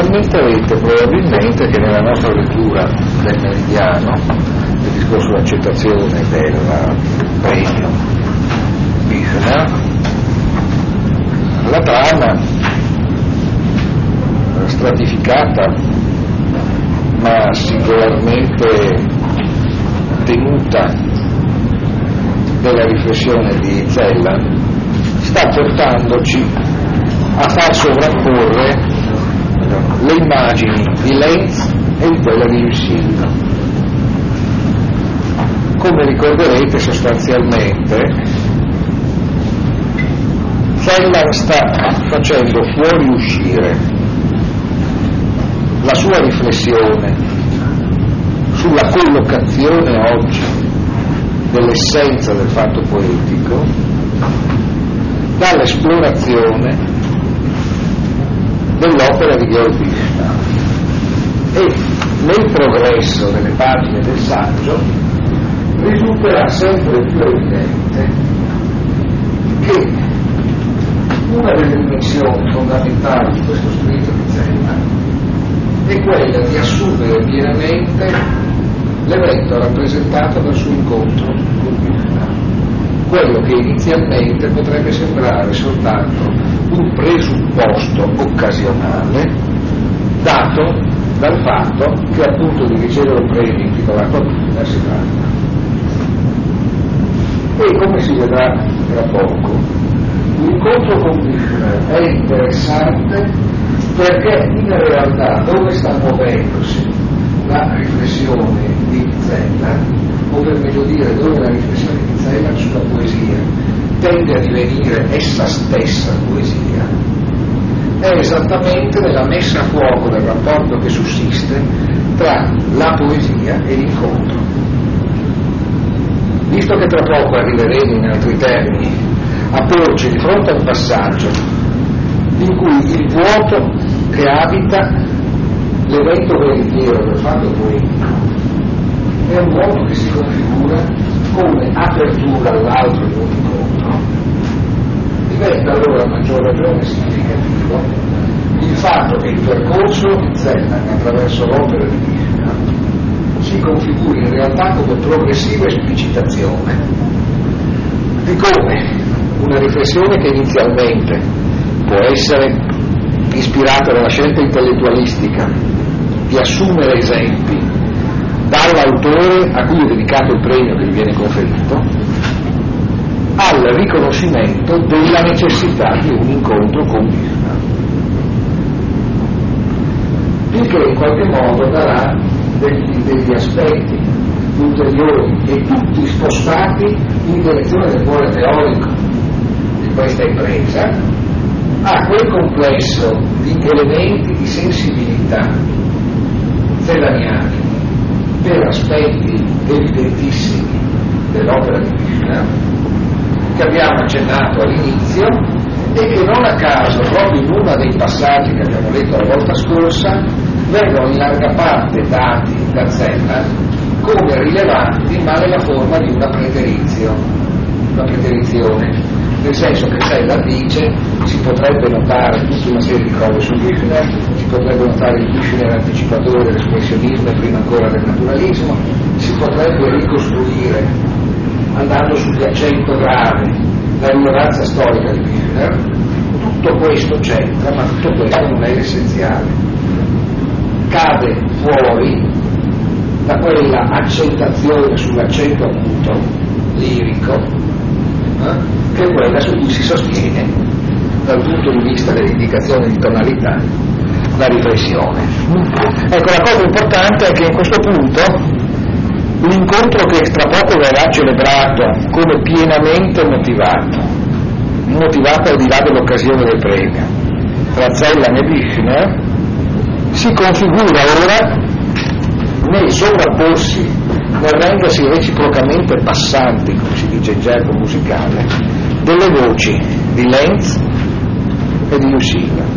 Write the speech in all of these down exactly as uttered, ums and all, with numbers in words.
ammetterete probabilmente che nella nostra lettura del Meridiano, del discorso dell'accettazione del premio Büchner, la trama stratificata ma singolarmente tenuta della riflessione di Zelland sta portandoci a far sovrapporre le immagini di Lenz e di quella di Lucille. Come ricorderete, sostanzialmente Zelland sta facendo fuoriuscire la sua riflessione sulla collocazione oggi dell'essenza del fatto poetico dall'esplorazione dell'opera di Georg Büchner, e nel progresso delle pagine del saggio risulterà sempre più evidente che una delle dimensioni fondamentali di questo scritto di Zelland è quella di assumere pienamente l'evento rappresentato dal suo incontro con Büchner, quello che inizialmente potrebbe sembrare soltanto un presupposto occasionale dato dal fatto che appunto di ricevere un premio intitolato a Büchner si tratta. E come si vedrà tra poco, l'incontro con Büchner è interessante perché in realtà dove sta muovendosi la riflessione di Zelland, o per meglio dire dove la riflessione di Zelland sulla poesia tende a divenire essa stessa poesia, è esattamente nella messa a fuoco del rapporto che sussiste tra la poesia e l'incontro. Visto che tra poco arriveremo in altri termini a porci di fronte a un passaggio in cui il vuoto che abita l'evento veritiero del fatto poetico è un vuoto che si configura come apertura all'altro di un incontro, diventa allora a maggior ragione significativo il fatto che il percorso di Zelland attraverso l'opera di Büchner si configuri in realtà come progressiva esplicitazione di come una riflessione che inizialmente può essere ispirata dalla scelta intellettualistica di assumere esempi dall'autore a cui è dedicato il premio che gli viene conferito, al riconoscimento della necessità di un incontro con Büchner, il che in qualche modo darà degli, degli aspetti ulteriori e tutti spostati in direzione del cuore teorico di questa impresa, a quel complesso di elementi di sensibilità zellaniani per aspetti evidentissimi dell'opera di Büchner che abbiamo accennato all'inizio e che non a caso proprio in uno dei passaggi che abbiamo letto la volta scorsa vengono in larga parte dati da Zelland come rilevanti ma nella forma di una preterizio, una preterizione, nel senso che Zelland dice si potrebbe notare tutta una serie di cose su Büchner, si potrebbe notare il Büchner anticipatore dell'espressionismo e prima ancora del naturalismo, si potrebbe ricostruire andando sul accento grave la rilevanza storica di Büchner. Tutto questo c'entra, ma tutto questo non è l'essenziale, cade fuori da quella accentazione sull'accento acuto lirico eh, che è quella su cui si sostiene dal punto di vista dell'indicazione di tonalità la riflessione. Ecco, la cosa importante è che in questo punto l'incontro che tra poco verrà celebrato come pienamente motivato, motivato al di là dell'occasione del premio, tra Zelland e Büchner, si configura ora nel sovrapporsi, nel rendersi reciprocamente passanti, come si dice in gergo musicale, delle voci di Lenz e di Lucille.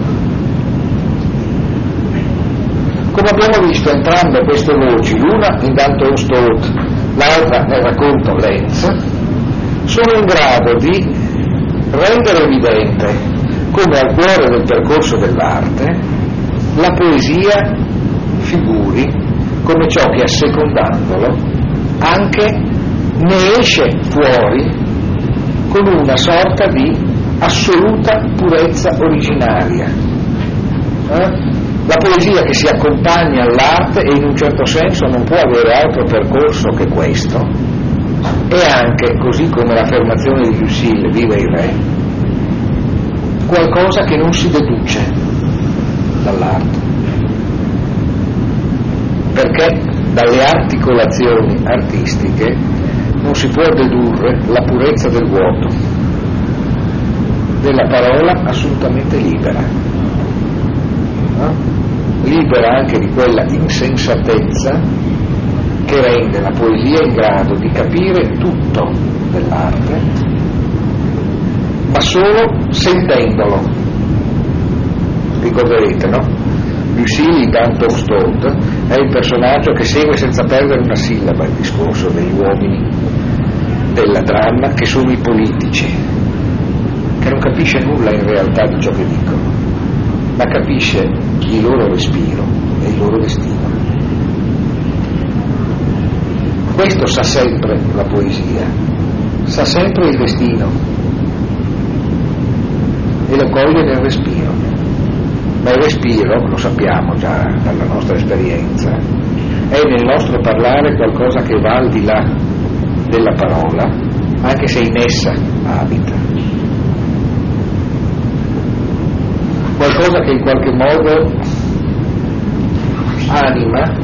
Come abbiamo visto, entrambe queste voci, l'una in Danton Stott, l'altra nel racconto Lenz, sono in grado di rendere evidente come al cuore del percorso dell'arte la poesia figuri come ciò che, assecondandolo, anche ne esce fuori con una sorta di assoluta purezza originaria. Eh? La poesia che si accompagna all'arte e in un certo senso non può avere altro percorso che questo, è anche, così come l'affermazione di Lucille, viva il re, qualcosa che non si deduce dall'arte, perché dalle articolazioni artistiche non si può dedurre la purezza del vuoto, della parola assolutamente libera, no? Libera anche di quella insensatezza che rende la poesia in grado di capire tutto dell'arte, ma solo sentendolo. Ricorderete, no? Lucille dans Tolstone è il personaggio che segue senza perdere una sillaba il discorso degli uomini della dramma, che sono i politici, che non capisce nulla in realtà di ciò che dicono, ma capisce il loro respiro e il loro destino. Questo sa sempre la poesia, sa sempre il destino e lo coglie nel respiro. Ma il respiro, lo sappiamo già dalla nostra esperienza, è nel nostro parlare qualcosa che va al di là della parola, anche se in essa abita. Qualcosa che in qualche modo anima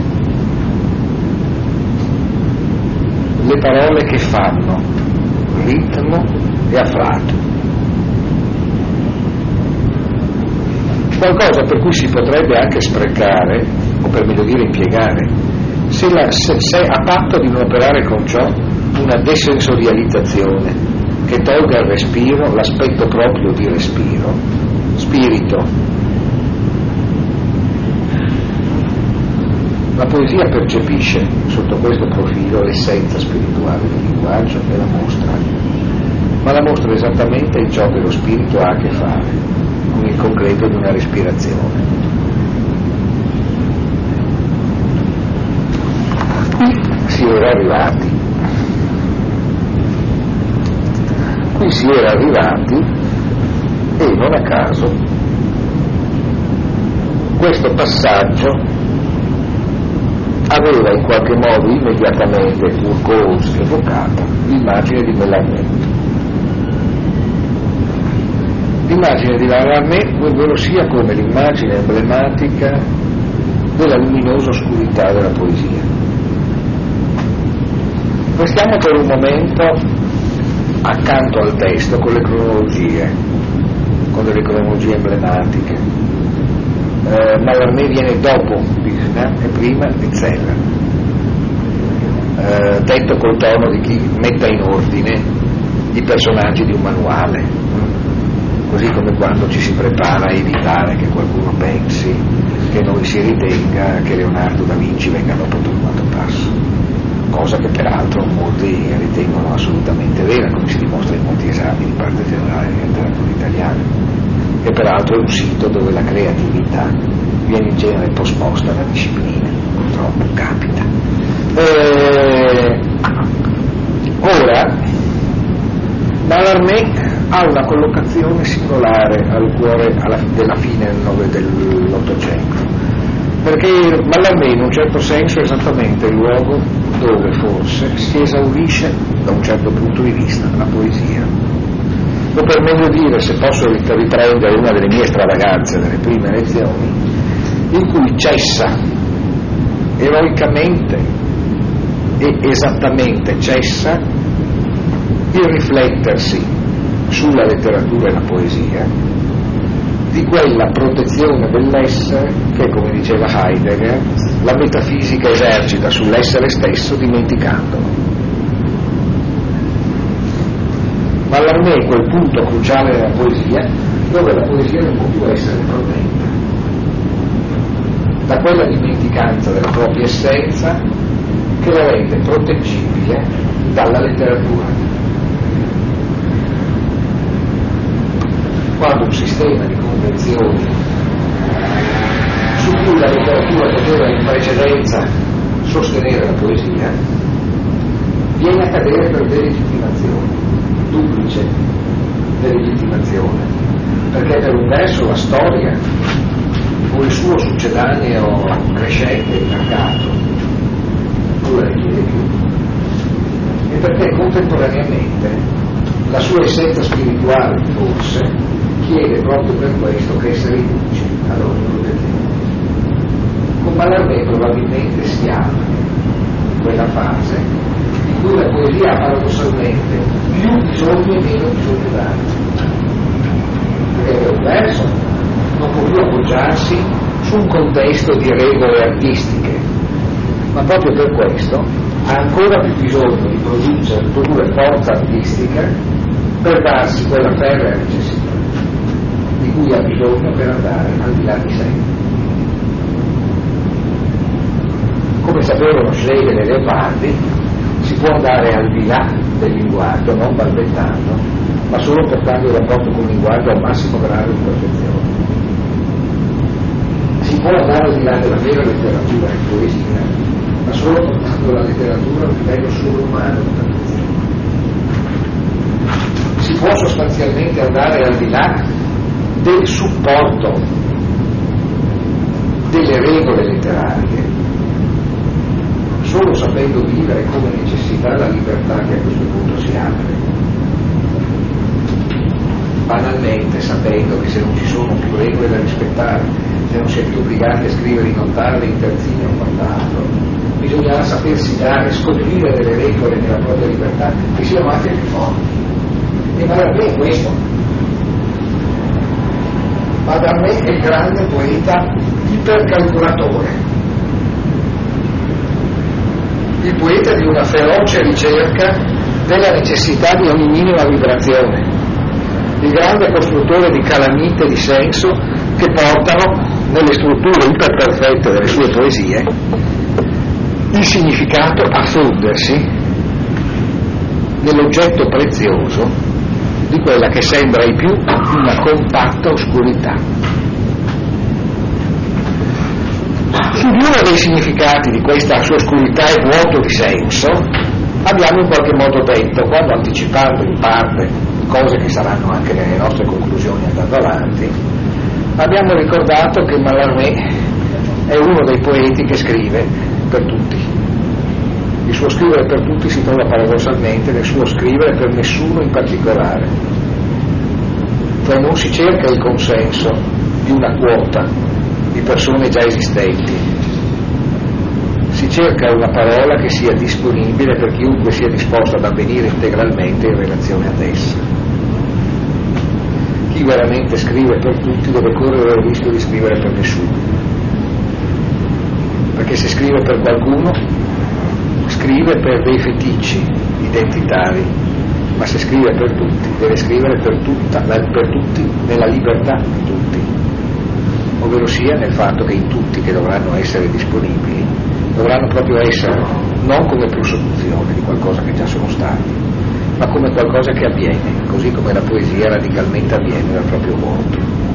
le parole che fanno ritmo e afflato. Qualcosa per cui si potrebbe anche sprecare, o per meglio dire impiegare, se, la, se, se a patto di non operare con ciò una desensorializzazione che tolga al respiro l'aspetto proprio di respiro, spirito. La poesia percepisce sotto questo profilo l'essenza spirituale del linguaggio e la mostra, ma la mostra esattamente in ciò che lo spirito ha a che fare con il concreto di una respirazione. Qui si era arrivati, qui si era arrivati e non a caso questo passaggio aveva in qualche modo immediatamente Foucault evocata l'immagine di Mallarmé. L'immagine di Mallarmé, ovvero sia come l'immagine emblematica della luminosa oscurità della poesia. Restiamo per un momento accanto al testo con le cronologie, con delle cronologie emblematiche. Eh, Mallarmé viene dopo Büchner e prima di Zeller, eh, detto col tono di chi metta in ordine i personaggi di un manuale, così come quando ci si prepara a evitare che qualcuno pensi che noi si ritenga che Leonardo da Vinci venga dopo Torquato Tasso, cosa che peraltro molti ritengono assolutamente vera, come si dimostra in molti esami di parte generale di letteratura italiana, che peraltro è un sito dove la creatività viene in genere posposta alla disciplina, purtroppo capita. Eh, ora Mallarmé ha una collocazione singolare al cuore alla, della fine dell'Ottocento, perché Mallarmé in un certo senso è esattamente il luogo dove forse si esaurisce da un certo punto di vista la poesia, o per meglio dire, se posso riprendere una delle mie stravaganze delle prime lezioni, in cui cessa eroicamente e esattamente cessa il riflettersi sulla letteratura e la poesia di quella protezione dell'essere che, come diceva Heidegger, la metafisica esercita sull'essere stesso dimenticandolo. Mallarmé è quel punto cruciale della poesia dove la poesia non può più essere protetta da quella dimenticanza della propria essenza che la rende proteggibile dalla letteratura. Quando un sistema di convenzioni su cui la letteratura poteva in precedenza sostenere la poesia, viene a cadere per delegittimazione, duplice delegittimazione, perché per un verso la storia o il suo succedaneo crescente il mercato non la richiede più, e perché contemporaneamente la sua essenza spirituale forse chiede proprio per questo che essa riduce all'ordine obiettivo. Con Mallarmé probabilmente si apre quella fase in cui la poesia ha paradossalmente più bisogno e meno bisogno d'arte, perché per un verso non può più appoggiarsi su un contesto di regole artistiche, ma proprio per questo ha ancora più bisogno di produrre, produrre forza artistica per darsi quella ferrea necessità di cui ha bisogno per andare al di là di sé. Come sapevano Schlegel e Leopardi, si può andare al di là del linguaggio non balbettando, ma solo portando il rapporto con il linguaggio al massimo grado di perfezione. Si può andare al di là della vera letteratura e poesia, ma solo portando la letteratura a un livello solo umano di perfezione. Si può sostanzialmente andare al di là del supporto delle regole letterarie, solo sapendo vivere come necessità la libertà che a questo punto si apre, banalmente sapendo che se non ci sono più regole da rispettare, se non si è più obbligati a scrivere in ottave, in terzine o quant'altro, bisognerà sapersi dare, scoprire delle regole nella propria libertà che siano anche più forti. E Mallarmé è questo. Mallarmé è il grande poeta ipercalcolatore, il poeta di una feroce ricerca della necessità di ogni minima vibrazione, il grande costruttore di calamite di senso che portano nelle strutture iperperfette delle sue poesie il significato a fondersi nell'oggetto prezioso di quella che sembra ai più una compatta oscurità. Su di uno dei significati di questa sua oscurità e vuoto di senso abbiamo in qualche modo detto, quando anticipando in parte cose che saranno anche nelle nostre conclusioni andando avanti, abbiamo ricordato che Mallarmé è uno dei poeti che scrive per tutti. Il suo scrivere per tutti si trova paradossalmente nel suo scrivere per nessuno in particolare, cioè non si cerca il consenso di una quota di persone già esistenti, si cerca una parola che sia disponibile per chiunque sia disposto ad avvenire integralmente in relazione ad essa. Chi veramente scrive per tutti deve correre il rischio di scrivere per nessuno, perché se scrive per qualcuno scrive per dei feticci identitari, ma se scrive per tutti deve scrivere per, tutta, per tutti nella libertà di tutti, ovvero sia nel fatto che i tutti che dovranno essere disponibili dovranno proprio essere non come prosecuzione di qualcosa che già sono stati, ma come qualcosa che avviene, così come la poesia radicalmente avviene dal proprio volto.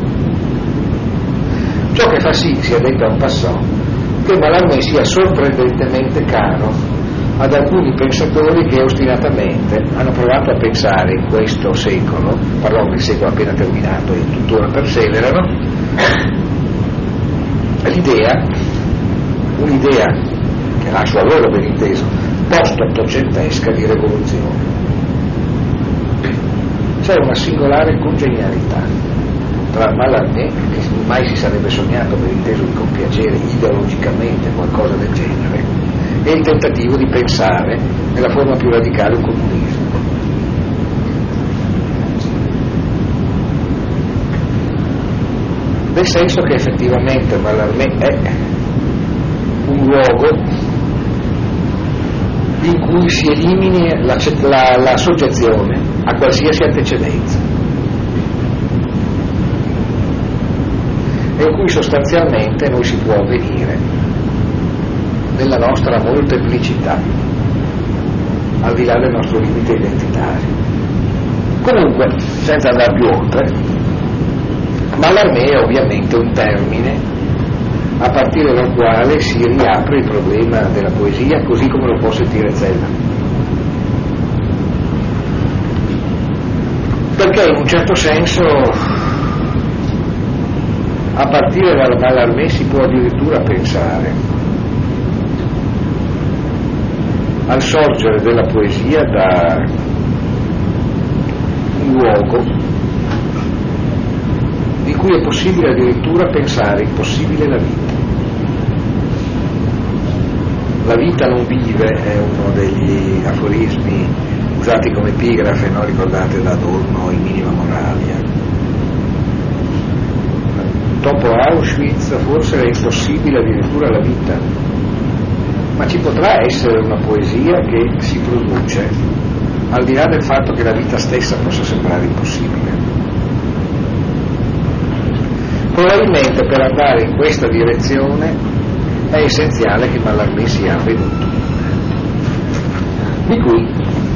Ciò che fa sì, sia detto en passant, che Mallarmé sia sorprendentemente caro ad alcuni pensatori che ostinatamente hanno provato a pensare in questo secolo, parlo del secolo appena terminato e tuttora perseverano, l'idea, un'idea che lascio a loro ben inteso, post-ottocentesca di rivoluzione. C'è una singolare congenialità tra Mallarmé, che mai si sarebbe sognato per inteso di compiacere ideologicamente qualcosa del genere, e il tentativo di pensare nella forma più radicale un comunismo. Nel senso che effettivamente Mallarmé è un luogo in cui si elimini la, la, la soggezione a qualsiasi antecedenza e in cui sostanzialmente noi si può avvenire nella nostra molteplicità al di là del nostro limite identitario. Comunque, senza andare più oltre, Mallarmé è ovviamente un termine a partire dal quale si riapre il problema della poesia così come lo può sentire Zella. Perché in un certo senso a partire dal Mallarmé si può addirittura pensare al sorgere della poesia da un luogo di cui è possibile addirittura pensare impossibile la vita. La vita non vive è uno degli aforismi usati come epigrafe, no? Ricordate da Adorno in Minima Moralia. Dopo Auschwitz forse è impossibile addirittura la vita, ma ci potrà essere una poesia che si produce al di là del fatto che la vita stessa possa sembrare impossibile. Probabilmente per andare in questa direzione è essenziale che Mallarmé sia avvenuto. Di qui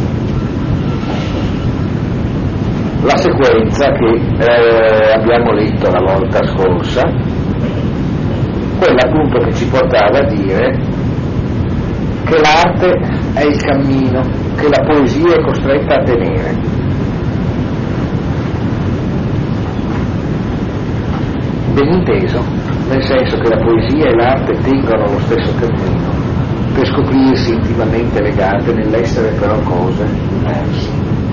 la sequenza che eh, abbiamo letto la volta scorsa, quella appunto che ci portava a dire che l'arte è il cammino che la poesia è costretta a tenere. Ben inteso, nel senso che la poesia e l'arte tengono lo stesso cammino per scoprirsi intimamente legate nell'essere però cose diverse.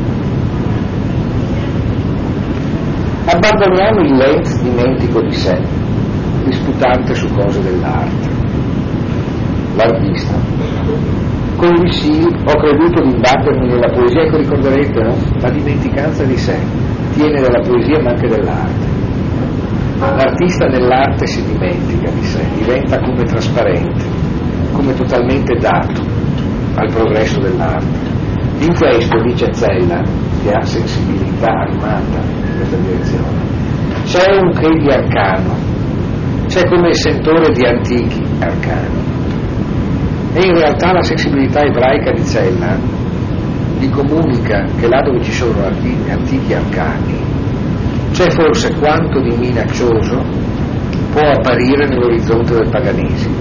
Abbandoniamo il Lenz dimentico di sé, disputante su cose dell'arte. L'artista. Con Lucille ho creduto di imbattermi nella poesia, ecco, ricorderete, no? La dimenticanza di sé tiene della poesia ma anche dell'arte. L'artista nell'arte si dimentica di sé, diventa come trasparente, come totalmente dato al progresso dell'arte. In questo, dice Zella, che ha sensibilità armata in questa direzione, c'è un che di arcano, c'è come il sentore di antichi arcani. E in realtà la sensibilità ebraica di Zella gli comunica che là dove ci sono antichi, antichi arcani c'è forse quanto di minaccioso può apparire nell'orizzonte del paganesimo.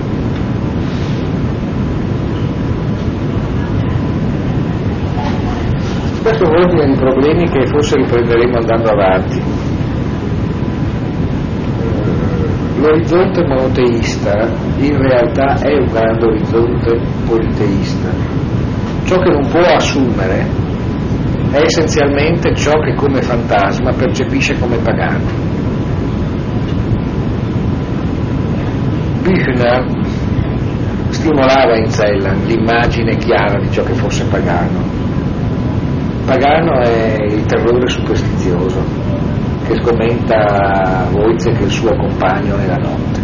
Questo è un ordine di problemi che forse riprenderemo andando avanti. L'orizzonte monoteista in realtà è un grande orizzonte politeista. Ciò che non può assumere è essenzialmente ciò che come fantasma percepisce come pagano. Büchner stimolava in Zella l'immagine chiara di ciò che fosse pagano. Pagano è il terrore superstizioso che sgomenta Wojciech e il suo compagno nella notte.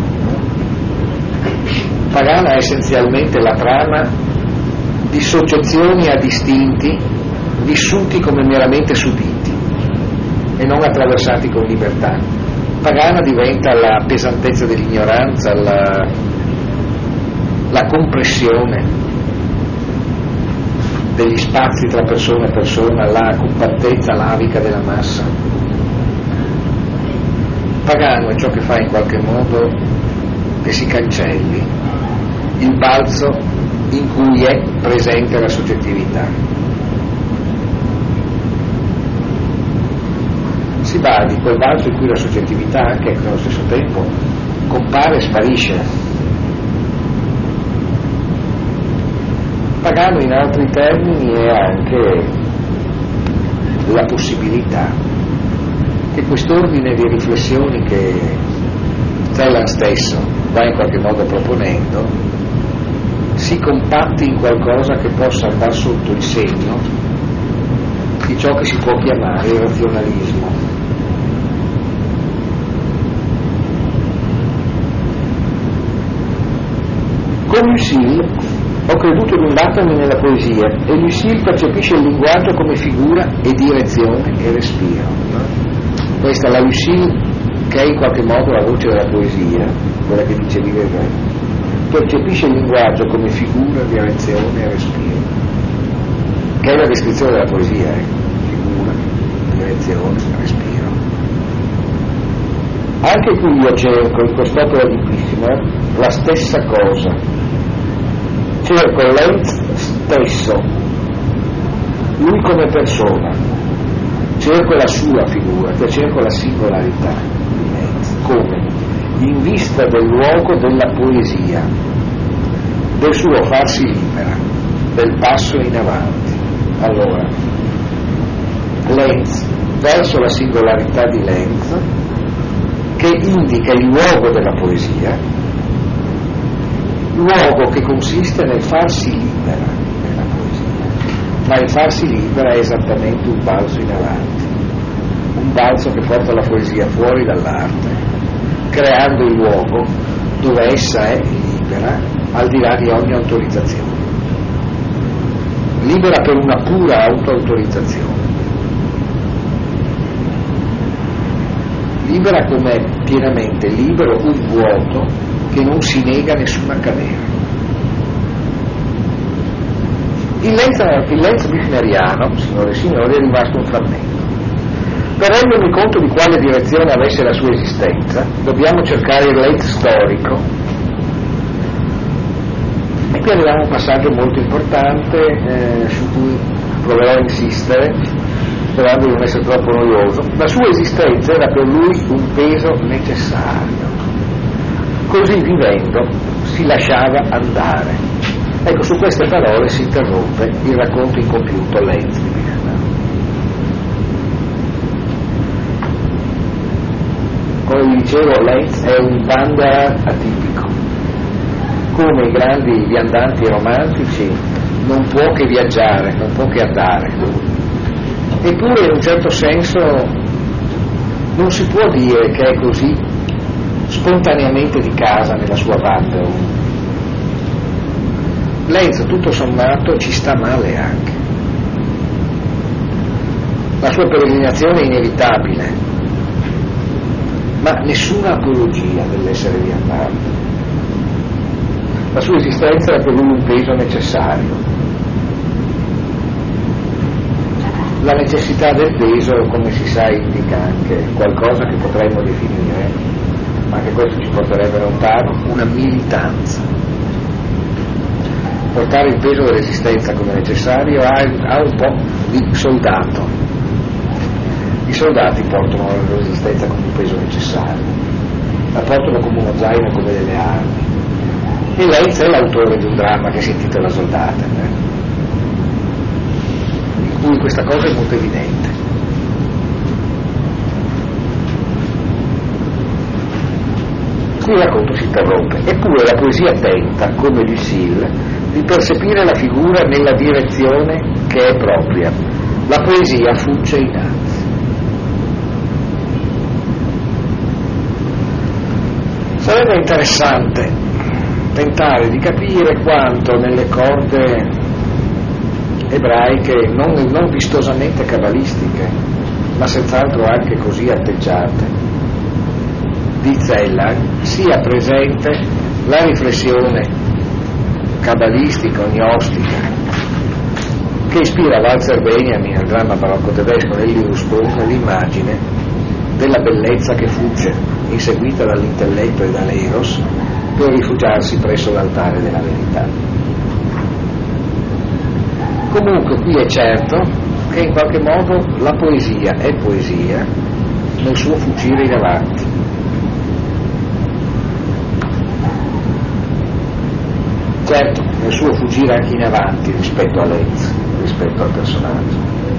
Pagana è essenzialmente la trama di soggezioni a distinti vissuti come meramente subiti e non attraversati con libertà. Pagana diventa la pesantezza dell'ignoranza, la, la compressione degli spazi tra persona e persona, la compattezza lavica della massa. Pagano è ciò che fa in qualche modo che si cancelli il balzo in cui è presente la soggettività. Si badi, quel balzo in cui la soggettività anche allo stesso tempo compare e sparisce. Pagano in altri termini è anche la possibilità che quest'ordine di riflessioni che Celan stesso va in qualche modo proponendo si compatti in qualcosa che possa andare sotto il segno di ciò che si può chiamare il razionalismo. Con Lucille ho creduto di imbattermi nella poesia e Lucille percepisce il linguaggio come figura e direzione e respiro. Questa è la Lucille che è in qualche modo la voce della poesia, quella che dice vivere, percepisce il linguaggio come figura, direzione e respiro, che è la descrizione della poesia, eh? Figura, direzione, respiro. Anche qui io cerco in quest'opera di Büchner la stessa cosa, cerco Lenz stesso, lui come persona, cerco la sua figura, cioè cerco la singolarità di Lenz, come? In vista del luogo della poesia, del suo farsi libera, del passo in avanti. Allora, Lenz, verso la singolarità di Lenz, che indica il luogo della poesia, luogo che consiste nel farsi libera nella poesia, ma il farsi libera è esattamente un balzo in avanti, un balzo che porta la poesia fuori dall'arte, creando il luogo dove essa è libera al di là di ogni autorizzazione, libera per una pura auto-autorizzazione, libera come pienamente libero un vuoto che non si nega a nessun accadere. Il Lenz, il Lenz büchneriano, signore e signori, è rimasto un frammento. Per rendermi conto di quale direzione avesse la sua esistenza, dobbiamo cercare il Lenz storico. E qui arriviamo a un passaggio molto importante eh, su cui proverò a insistere, sperando di non essere troppo noioso. La sua esistenza era per lui un peso necessario. Così vivendo si lasciava andare. Ecco, su queste parole si interrompe il racconto incompiuto Lenz di Büchner. Come vi dicevo, Lenz è un Wanderer atipico. Come i grandi viandanti romantici non può che viaggiare, non può che andare. Eppure in un certo senso non si può dire che è così spontaneamente di casa nella sua Wanderung. Lenz tutto sommato ci sta male anche. La sua peregrinazione è inevitabile, ma nessuna apologia dell'essere viandante. La sua esistenza era per lui un peso necessario. La necessità del peso, come si sa, indica anche qualcosa che potremmo definire, ma anche questo ci porterebbe lontano, una militanza. Portare il peso dell'esistenza come necessario ha, ha un po' di soldato. I soldati portano la loro esistenza come un peso necessario, la portano come uno zaino, come delle armi. E Lenz è l'autore di un dramma che si intitola Soldaten, in cui questa cosa è molto evidente. Qui il racconto si interrompe, eppure la poesia tenta, come Lucille, di percepire la figura nella direzione che è propria. La poesia fugge innanzi. Sarebbe interessante tentare di capire quanto nelle corde ebraiche, non, non vistosamente cabalistiche, ma senz'altro anche così atteggiate, di Zellar, sia presente la riflessione cabalistica, gnostica, che ispira Walzer Benjamin al dramma barocco tedesco nell'Ursprung, l'immagine della bellezza che fugge, inseguita dall'intelletto e dall'eros, per rifugiarsi presso l'altare della verità. Comunque qui è certo che in qualche modo la poesia è poesia nel suo fuggire in avanti. Certo, nel suo fuggire anche in avanti rispetto a Lenz, rispetto al personaggio.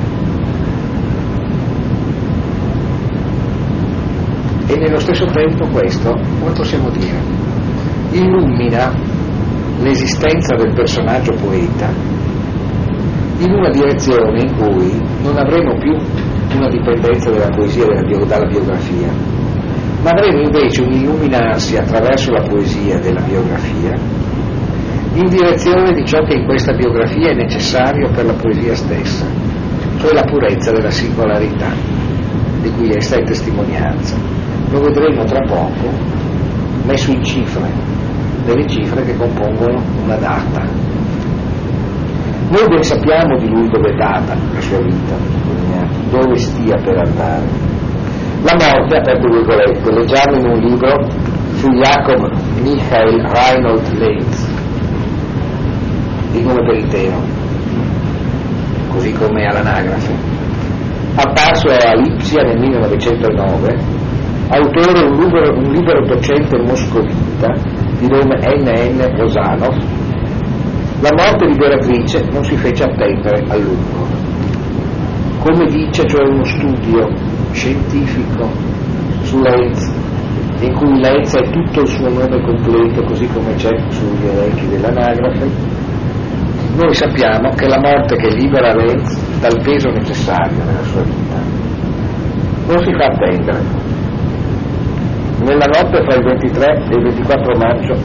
E nello stesso tempo questo, come possiamo dire, illumina l'esistenza del personaggio poeta in una direzione in cui non avremo più una dipendenza della poesia della bio, dalla biografia, ma avremo invece un illuminarsi attraverso la poesia della biografia in direzione di ciò che in questa biografia è necessario per la poesia stessa, cioè la purezza della singolarità di cui essa è testimonianza. Lo vedremo tra poco messo in cifre, delle cifre che compongono una data. Noi ben sappiamo di lui dove è data la sua vita, dove stia per andare, La morte, aperto virgolette, leggiamo in un libro su Jacob Michael Reinhold Lenz, il nome per intero, così come all'anagrafe, apparso a Lipsia nel millenovecentonove, autore un libero, un libero docente moscovita di nome N N Rosanov. La morte di Beatrice non si fece attendere a lungo. Come dice, cioè uno studio scientifico su Lenz, in cui Lenz è tutto il suo nome completo, così come c'è sugli elenchi dell'anagrafe, noi sappiamo che la morte che libera Lenz dal peso necessario nella sua vita non si fa attendere. Nella notte fra il ventitré e il ventiquattro maggio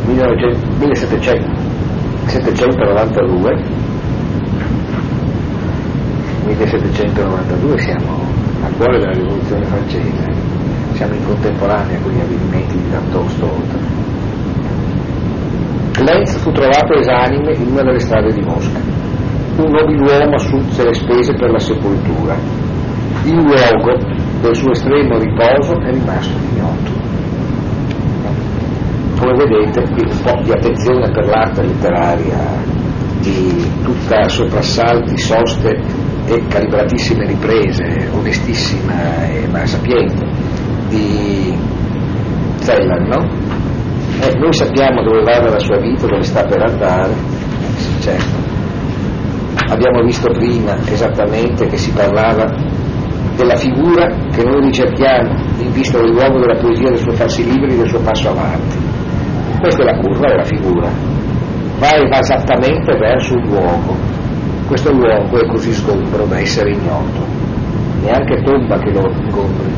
millesettecentonovantadue millesettecentonovantadue siamo a cuore della rivoluzione francese, siamo in contemporanea con gli avvenimenti di tanto oltre. Lenz fu trovato esanime in una delle strade di Mosca. Un nobiluomo assunse le spese per la sepoltura. Il luogo del suo estremo riposo è rimasto ignoto. Come vedete, qui un po' di attenzione per l'arte letteraria, di tutta soprassalti, soste e calibratissime riprese, onestissima e ma sapiente, di Zeller, no? Eh, noi sappiamo dove vada la sua vita, dove sta per andare, certo. Abbiamo visto prima esattamente che si parlava della figura che noi ricerchiamo in vista del luogo della poesia, del suo farsi liberi, del suo passo avanti. Questa è la curva della figura, va e va esattamente verso un luogo. Questo luogo è così sgombro da essere ignoto, neanche tomba che lo ingombri.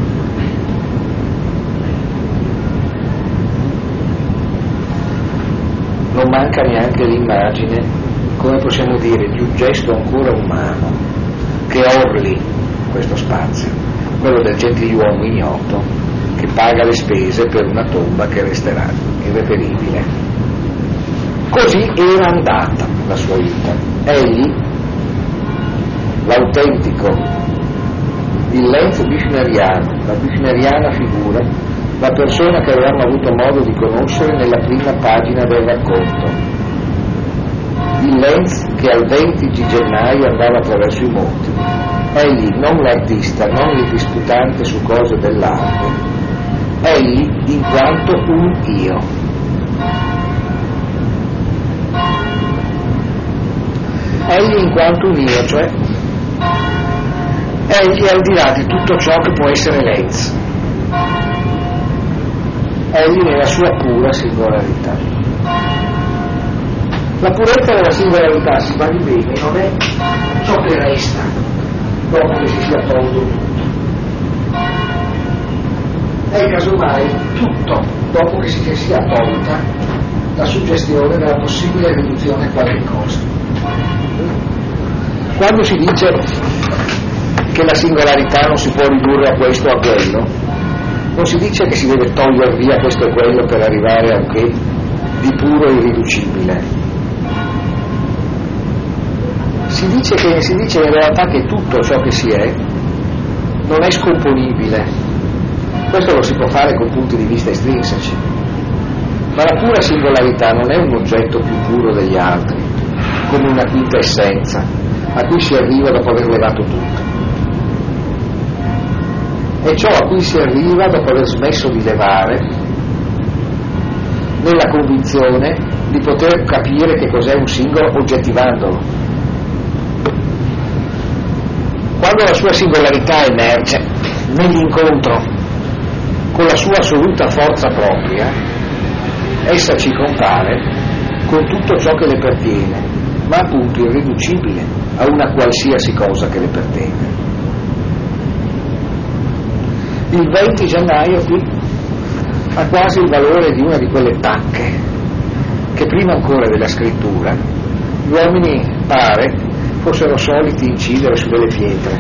Non manca neanche l'immagine, come possiamo dire, di un gesto ancora umano che orli questo spazio, quello del gentiluomo ignoto che paga le spese per una tomba che resterà irreperibile. Così era andata la sua vita. Egli, l'autentico, il Lenz bishneriano, la bishneriana figura, la persona che avevamo avuto modo di conoscere nella prima pagina del racconto. Il Lenz che al venti di gennaio andava attraverso i monti. Egli, non l'artista, non il disputante su cose dell'arte, egli in quanto un io. Egli in quanto un io, cioè egli al di là di tutto ciò che può essere Lenz. Egli nella sua pura singolarità. La purezza della singolarità, si badi bene, non è ciò che resta dopo che si sia tolto tutto, è casomai tutto dopo che si sia tolta la suggestione della possibile riduzione a qualche cosa. Quando si dice che la singolarità non si può ridurre a questo o a quello, non si dice che si deve togliere via questo e quello per arrivare a un che di puro e irriducibile. Si dice che si dice in realtà che tutto ciò che si è non è scomponibile. Questo lo si può fare con punti di vista estrinseci, ma la pura singolarità non è un oggetto più puro degli altri, come una quinta essenza a cui si arriva dopo aver levato tutto. È ciò a cui si arriva dopo aver smesso di levare, nella convinzione di poter capire che cos'è un singolo oggettivandolo. Quando la sua singolarità emerge nell'incontro con la sua assoluta forza propria, essa ci compare con tutto ciò che le pertiene, ma appunto irriducibile a una qualsiasi cosa che le pertenga. Il venti gennaio qui ha quasi il valore di una di quelle tacche che prima ancora della scrittura gli uomini, pare, fossero soliti incidere su delle pietre.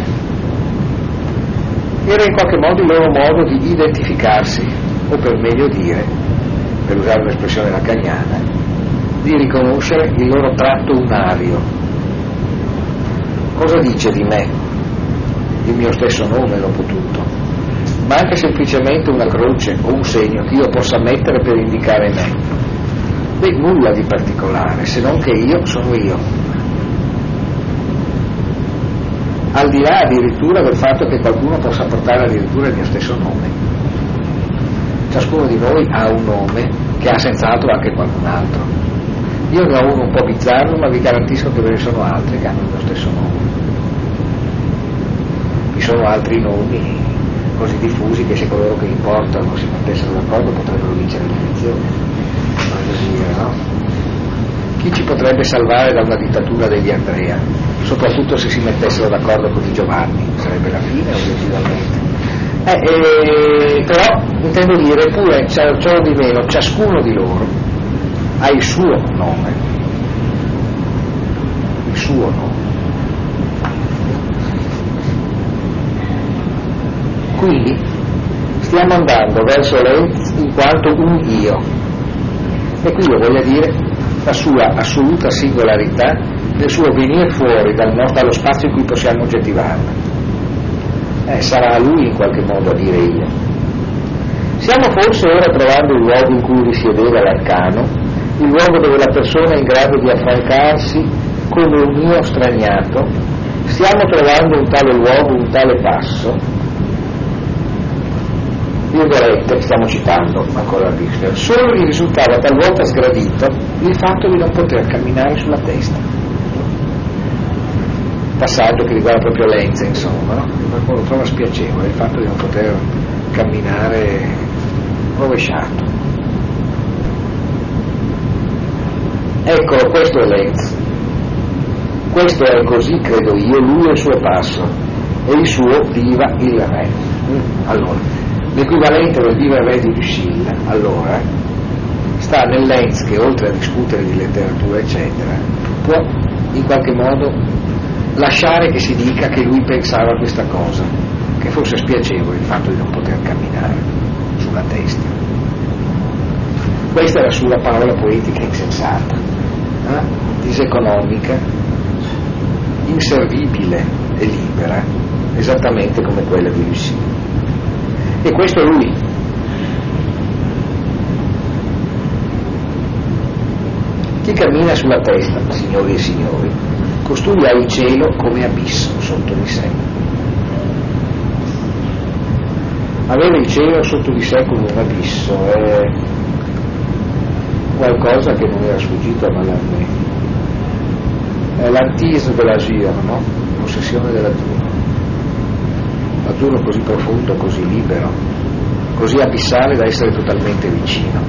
Era in qualche modo il loro modo di identificarsi, o per meglio dire, per usare un'espressione lacaniana, di riconoscere il loro tratto unario. Cosa dice di me il mio stesso nome dopo tutto? ma anche semplicemente una croce o un segno che io possa mettere per indicare me. Beh, nulla di particolare, se non che io sono io. Al di là addirittura del fatto che qualcuno possa portare addirittura il mio stesso nome. Ciascuno di noi ha un nome che ha senz'altro anche qualcun altro. Io ne ho uno un po' bizzarro, ma vi garantisco che ve ne sono altri che hanno il mio stesso nome. Vi sono altri nomi così diffusi che se coloro che importano si mettessero d'accordo potrebbero vincere le elezioni. No? Chi ci potrebbe salvare da una dittatura degli Andrea? Soprattutto se si mettessero d'accordo con i Giovanni, sarebbe la fine obiettivamente. Eh, eh, però intendo dire pure, ciò di meno, ciascuno di loro ha il suo nome, il suo nome. Quindi stiamo andando verso Lenz in quanto un io, e qui io voglio dire la sua assoluta singolarità nel suo venire fuori dal, dallo spazio in cui possiamo oggettivarlo. Eh, sarà a lui in qualche modo a dire io. Stiamo forse ora trovando il luogo in cui risiedeva l'arcano, il luogo dove la persona è in grado di affrancarsi come un io straniato. Stiamo trovando un tale luogo, un tale passo. Virgolette, stiamo citando ancora Richter, solo gli risultava talvolta sgradito il fatto di non poter camminare sulla testa. Passaggio che riguarda proprio Lenz, insomma, no? Qualcuno lo trova spiacevole il fatto di non poter camminare rovesciato. Eccolo, questo è Lenz. Questo è così, credo io, lui è il suo passo e il suo viva il re. Allora, l'equivalente del viva il re di Lucille, allora, sta nel Lenz che oltre a discutere di letteratura eccetera può in qualche modo lasciare che si dica che lui pensava a questa cosa, che fosse spiacevole il fatto di non poter camminare sulla testa. Questa è la sua parola poetica insensata, eh? diseconomica, inservibile e libera, esattamente come quella di Lucille. E questo è lui. Chi cammina sulla testa, signori e signori, costui ha il cielo come abisso sotto di sé. Avere il cielo sotto di sé come un abisso è qualcosa che non era sfuggito a Mallarmé. È l'antise dell'azur, no? L'ossessione dell'azzurro. L'azzurro così profondo, così libero, così abissale da essere totalmente vicino.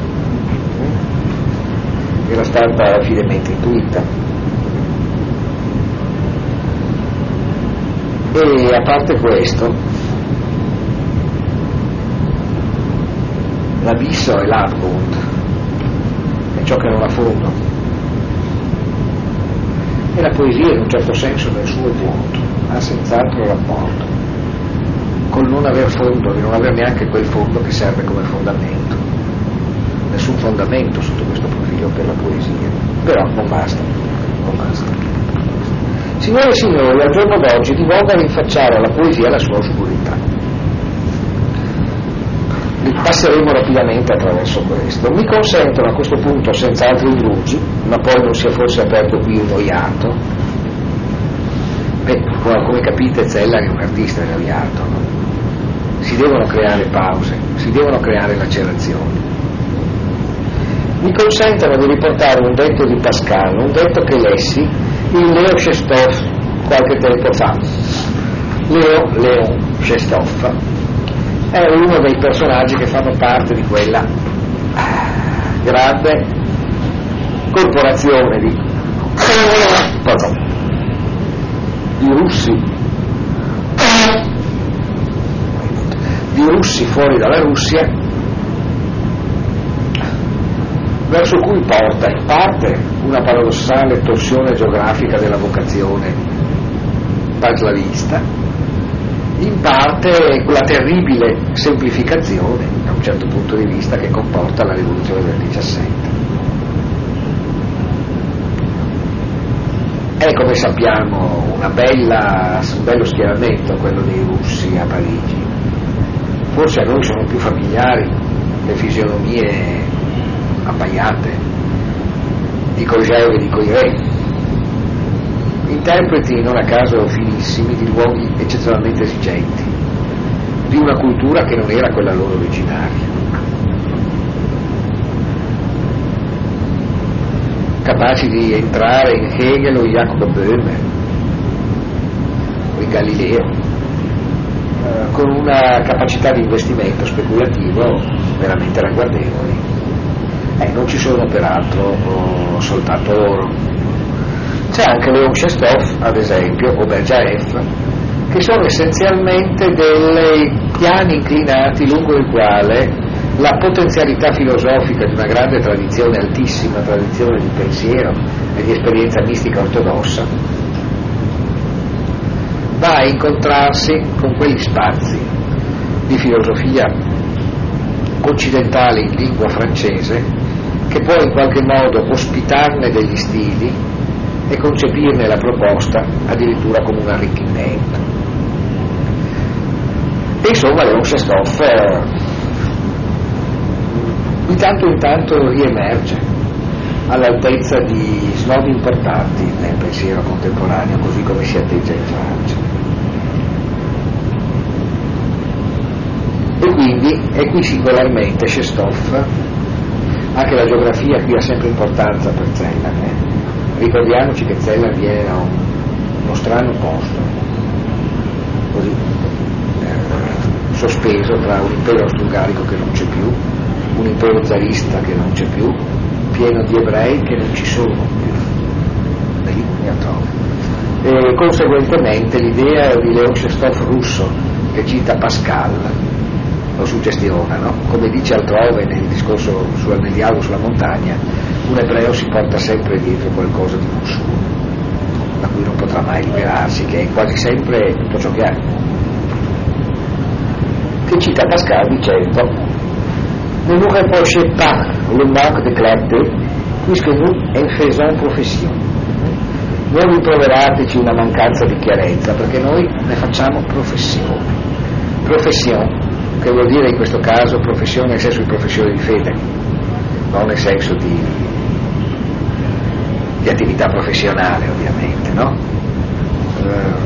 Era stata finemente intuita. E a parte questo, l'abisso è l'Abgrund, è ciò che non ha fondo. E la poesia in un certo senso nel suo vuoto ha senz'altro rapporto col non aver fondo, di non aver neanche quel fondo che serve come fondamento. Nessun fondamento sotto questo profilo per la poesia, però non basta, non basta. Signore e signori, al giorno d'oggi di voga rinfacciare alla poesia la sua oscurità. Passeremo rapidamente attraverso questo. Mi consentono a questo punto, senza altri indugi, ma poi non sia forse aperto qui un oiato. Beh, come capite Zeller è un artista oiato, no? Si devono creare pause, si devono creare lacerazioni. Mi consentono di riportare un detto di Pascal, un detto che lessi in Leo Shestov qualche tempo fa. Leo, Leo Shestov è uno dei personaggi che fanno parte di quella grande corporazione di, di russi di russi fuori dalla Russia, verso cui porta in parte una paradossale torsione geografica della vocazione panslavista, in parte quella terribile semplificazione da un certo punto di vista che comporta la rivoluzione del diciassette. È, come sappiamo, una bella, un bello schieramento quello dei russi a Parigi, forse a noi sono più familiari le fisionomie abbaiate di Coiseo e di Coiré, interpreti non a caso finissimi di luoghi eccezionalmente esigenti, di una cultura che non era quella loro originaria, capaci di entrare in Hegel o Jacob Böhme o in Galileo, eh, con una capacità di investimento speculativo veramente ragguardevoli. Eh, non ci sono peraltro oh, soltanto loro, c'è anche Leon Chestov, ad esempio, o Berjaev, che sono essenzialmente dei piani inclinati lungo il quale la potenzialità filosofica di una grande tradizione, altissima tradizione di pensiero e di esperienza mistica ortodossa, va a incontrarsi con quegli spazi di filosofia occidentale in lingua francese che può in qualche modo ospitarne degli stili e concepirne la proposta addirittura come un arricchimento. E insomma Leon Chestov eh, di tanto in tanto riemerge all'altezza di snodi importanti nel pensiero contemporaneo, così come si atteggia in Francia. E quindi è qui singolarmente Chestov, anche la geografia qui ha sempre importanza per Zellar. Eh? Ricordiamoci che Zellar viene da un, uno strano posto, così eh, sospeso tra un impero austro-ungarico che non c'è più, un impero zarista che non c'è più, pieno di ebrei che non ci sono più, da lì mi trovo. E conseguentemente l'idea di Leon Chestov russo, che cita Pascal, lo suggestiona, no? Come dice altrove nel discorso su, nel dialogo sulla montagna, un ebreo si porta sempre dietro qualcosa di non suo, da cui non potrà mai liberarsi, che è quasi sempre tutto ciò che ha, che cita Pascal dicendo: ne nous reprochez pas le manque de clarté puisque nous en faisons profession. Non rimproverateci una mancanza di chiarezza, perché noi ne facciamo professione. Professione, che vuol dire in questo caso professione nel senso di professione di fede, non nel senso di, di attività professionale, ovviamente, no? Eh,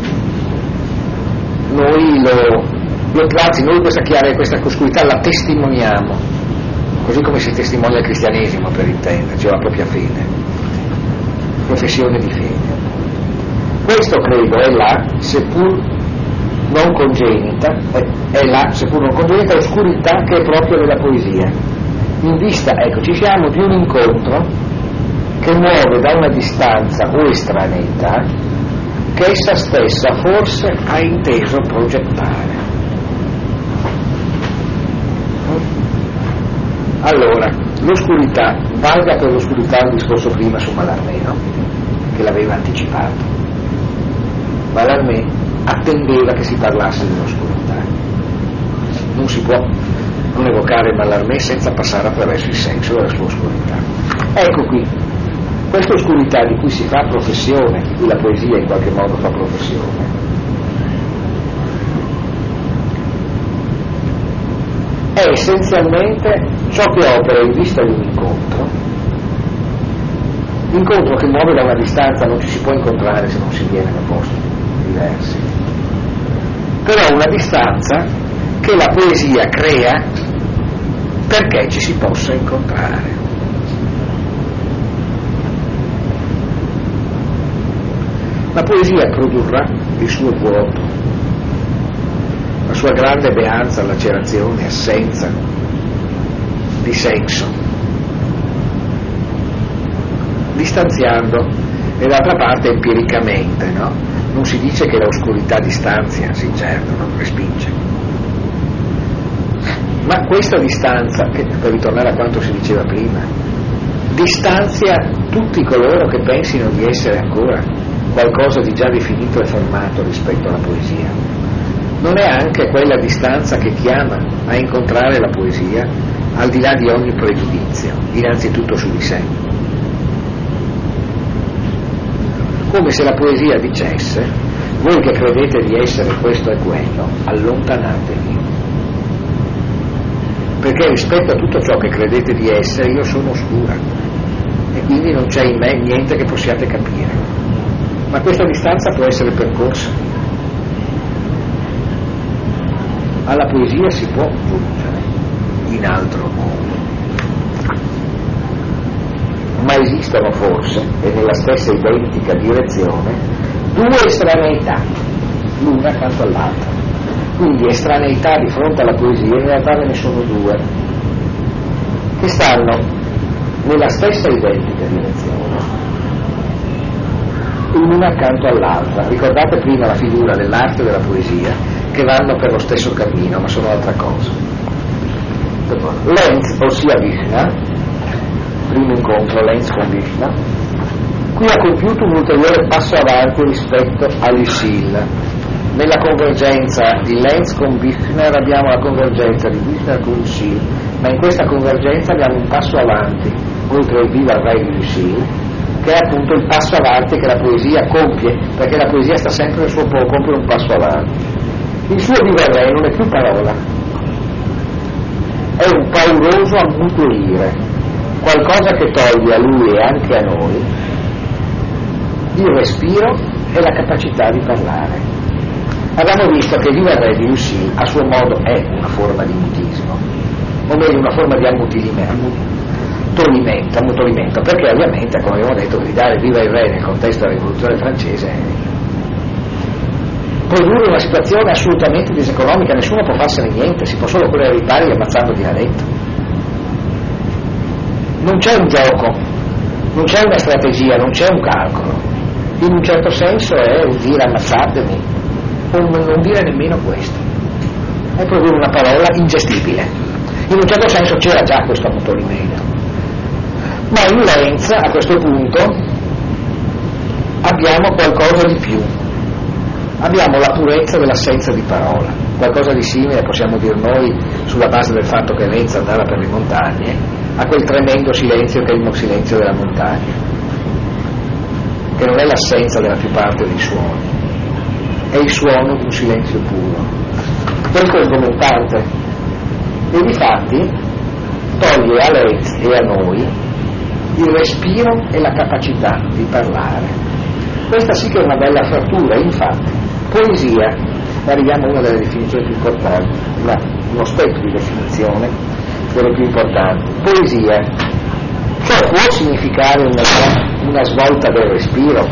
noi lo, lo anzi, noi questa chiara questa oscurità la testimoniamo, così come si testimonia il cristianesimo, per intenderci, o la propria fede, professione di fede. Questo credo è là, seppur non congenita, è là, seppur non congenita, oscurità che è proprio della poesia, in vista, ecco, ci siamo di un incontro che muove da una distanza o estraneità che essa stessa forse ha inteso progettare. Allora, l'oscurità, valga per l'oscurità il discorso prima su Mallarmé, no? Che l'aveva anticipato. Mallarmé attendeva che si parlasse dell'oscurità. Non si può non evocare Mallarmé senza passare attraverso il senso della sua oscurità. Ecco qui, questa oscurità di cui si fa professione, di cui la poesia in qualche modo fa professione, è essenzialmente ciò che opera in vista di un incontro, incontro che muove da una distanza, non ci si può incontrare se non si viene da posti diversi, però una distanza che la poesia crea perché ci si possa incontrare. La poesia produrrà il suo vuoto, la sua grande beanza, lacerazione, assenza di senso, distanziando, e d'altra parte empiricamente, no? Non si dice che l'oscurità distanzia, sì certo, non respinge, ma questa distanza, che per ritornare a quanto si diceva prima, distanzia tutti coloro che pensino di essere ancora qualcosa di già definito e formato rispetto alla poesia. Non è anche quella distanza che chiama a incontrare la poesia al di là di ogni pregiudizio, innanzitutto su di sé. Come se la poesia dicesse: voi che credete di essere questo e quello, allontanatevi. perché rispetto a tutto ciò che credete di essere io sono oscura e quindi non c'è in me niente che possiate capire, ma questa distanza può essere percorsa. Alla poesia si può giungere in altro modo, ma esistono forse, e nella stessa identica direzione, due estraneità, l'una accanto all'altra. Quindi estraneità di fronte alla poesia in realtà ve ne sono due, che stanno nella stessa identica direzione, l'una accanto all'altra. Ricordate prima la figura dell'arte e della poesia, che vanno per lo stesso cammino, ma sono altra cosa. Lenz, ossia Vishna, primo incontro Lenz con Vishna, qui ha compiuto un ulteriore passo avanti rispetto all'Isil. Nella convergenza di Lenz con Vishna abbiamo la convergenza di Vishna con l'Isil, ma in questa convergenza abbiamo un passo avanti, oltre il Viva Re di l'Isil, che è appunto il passo avanti che la poesia compie, perché la poesia sta sempre nel suo po' compiere un passo avanti. Il suo Viva Re non è più parola, è un pauroso ammutolire, qualcosa che toglie a lui e anche a noi il respiro e la capacità di parlare. Abbiamo visto che il Viva Re di Lucille a suo modo è una forma di mutismo, o meglio una forma di ammutolimento, ammutolimento, perché ovviamente, come abbiamo detto, gridare Viva il Re nel contesto della rivoluzione francese è produrre una situazione assolutamente diseconomica, nessuno può farsene niente, si può solo correre ai ripari ammazzando di là dentro. Non c'è un gioco, non c'è una strategia, non c'è un calcolo, in un certo senso è un dire ammazzatemi, o non dire nemmeno questo, è produrre una parola ingestibile. In un certo senso c'era già questo ammutolimento, ma in Lenz a questo punto abbiamo qualcosa di più. Abbiamo la purezza dell'assenza di parola, qualcosa di simile possiamo dir noi sulla base del fatto che Lenz andava per le montagne a quel tremendo silenzio che è il silenzio della montagna, che non è l'assenza della più parte dei suoni, è il suono di un silenzio puro. Questo è sgomentante e difatti toglie a Lenz e a noi il respiro e la capacità di parlare. Questa sì che è una bella frattura. Infatti poesia, arriviamo a una delle definizioni più importanti, una, uno step di definizione delle più importanti. Poesia, ciò può significare una, una svolta del respiro?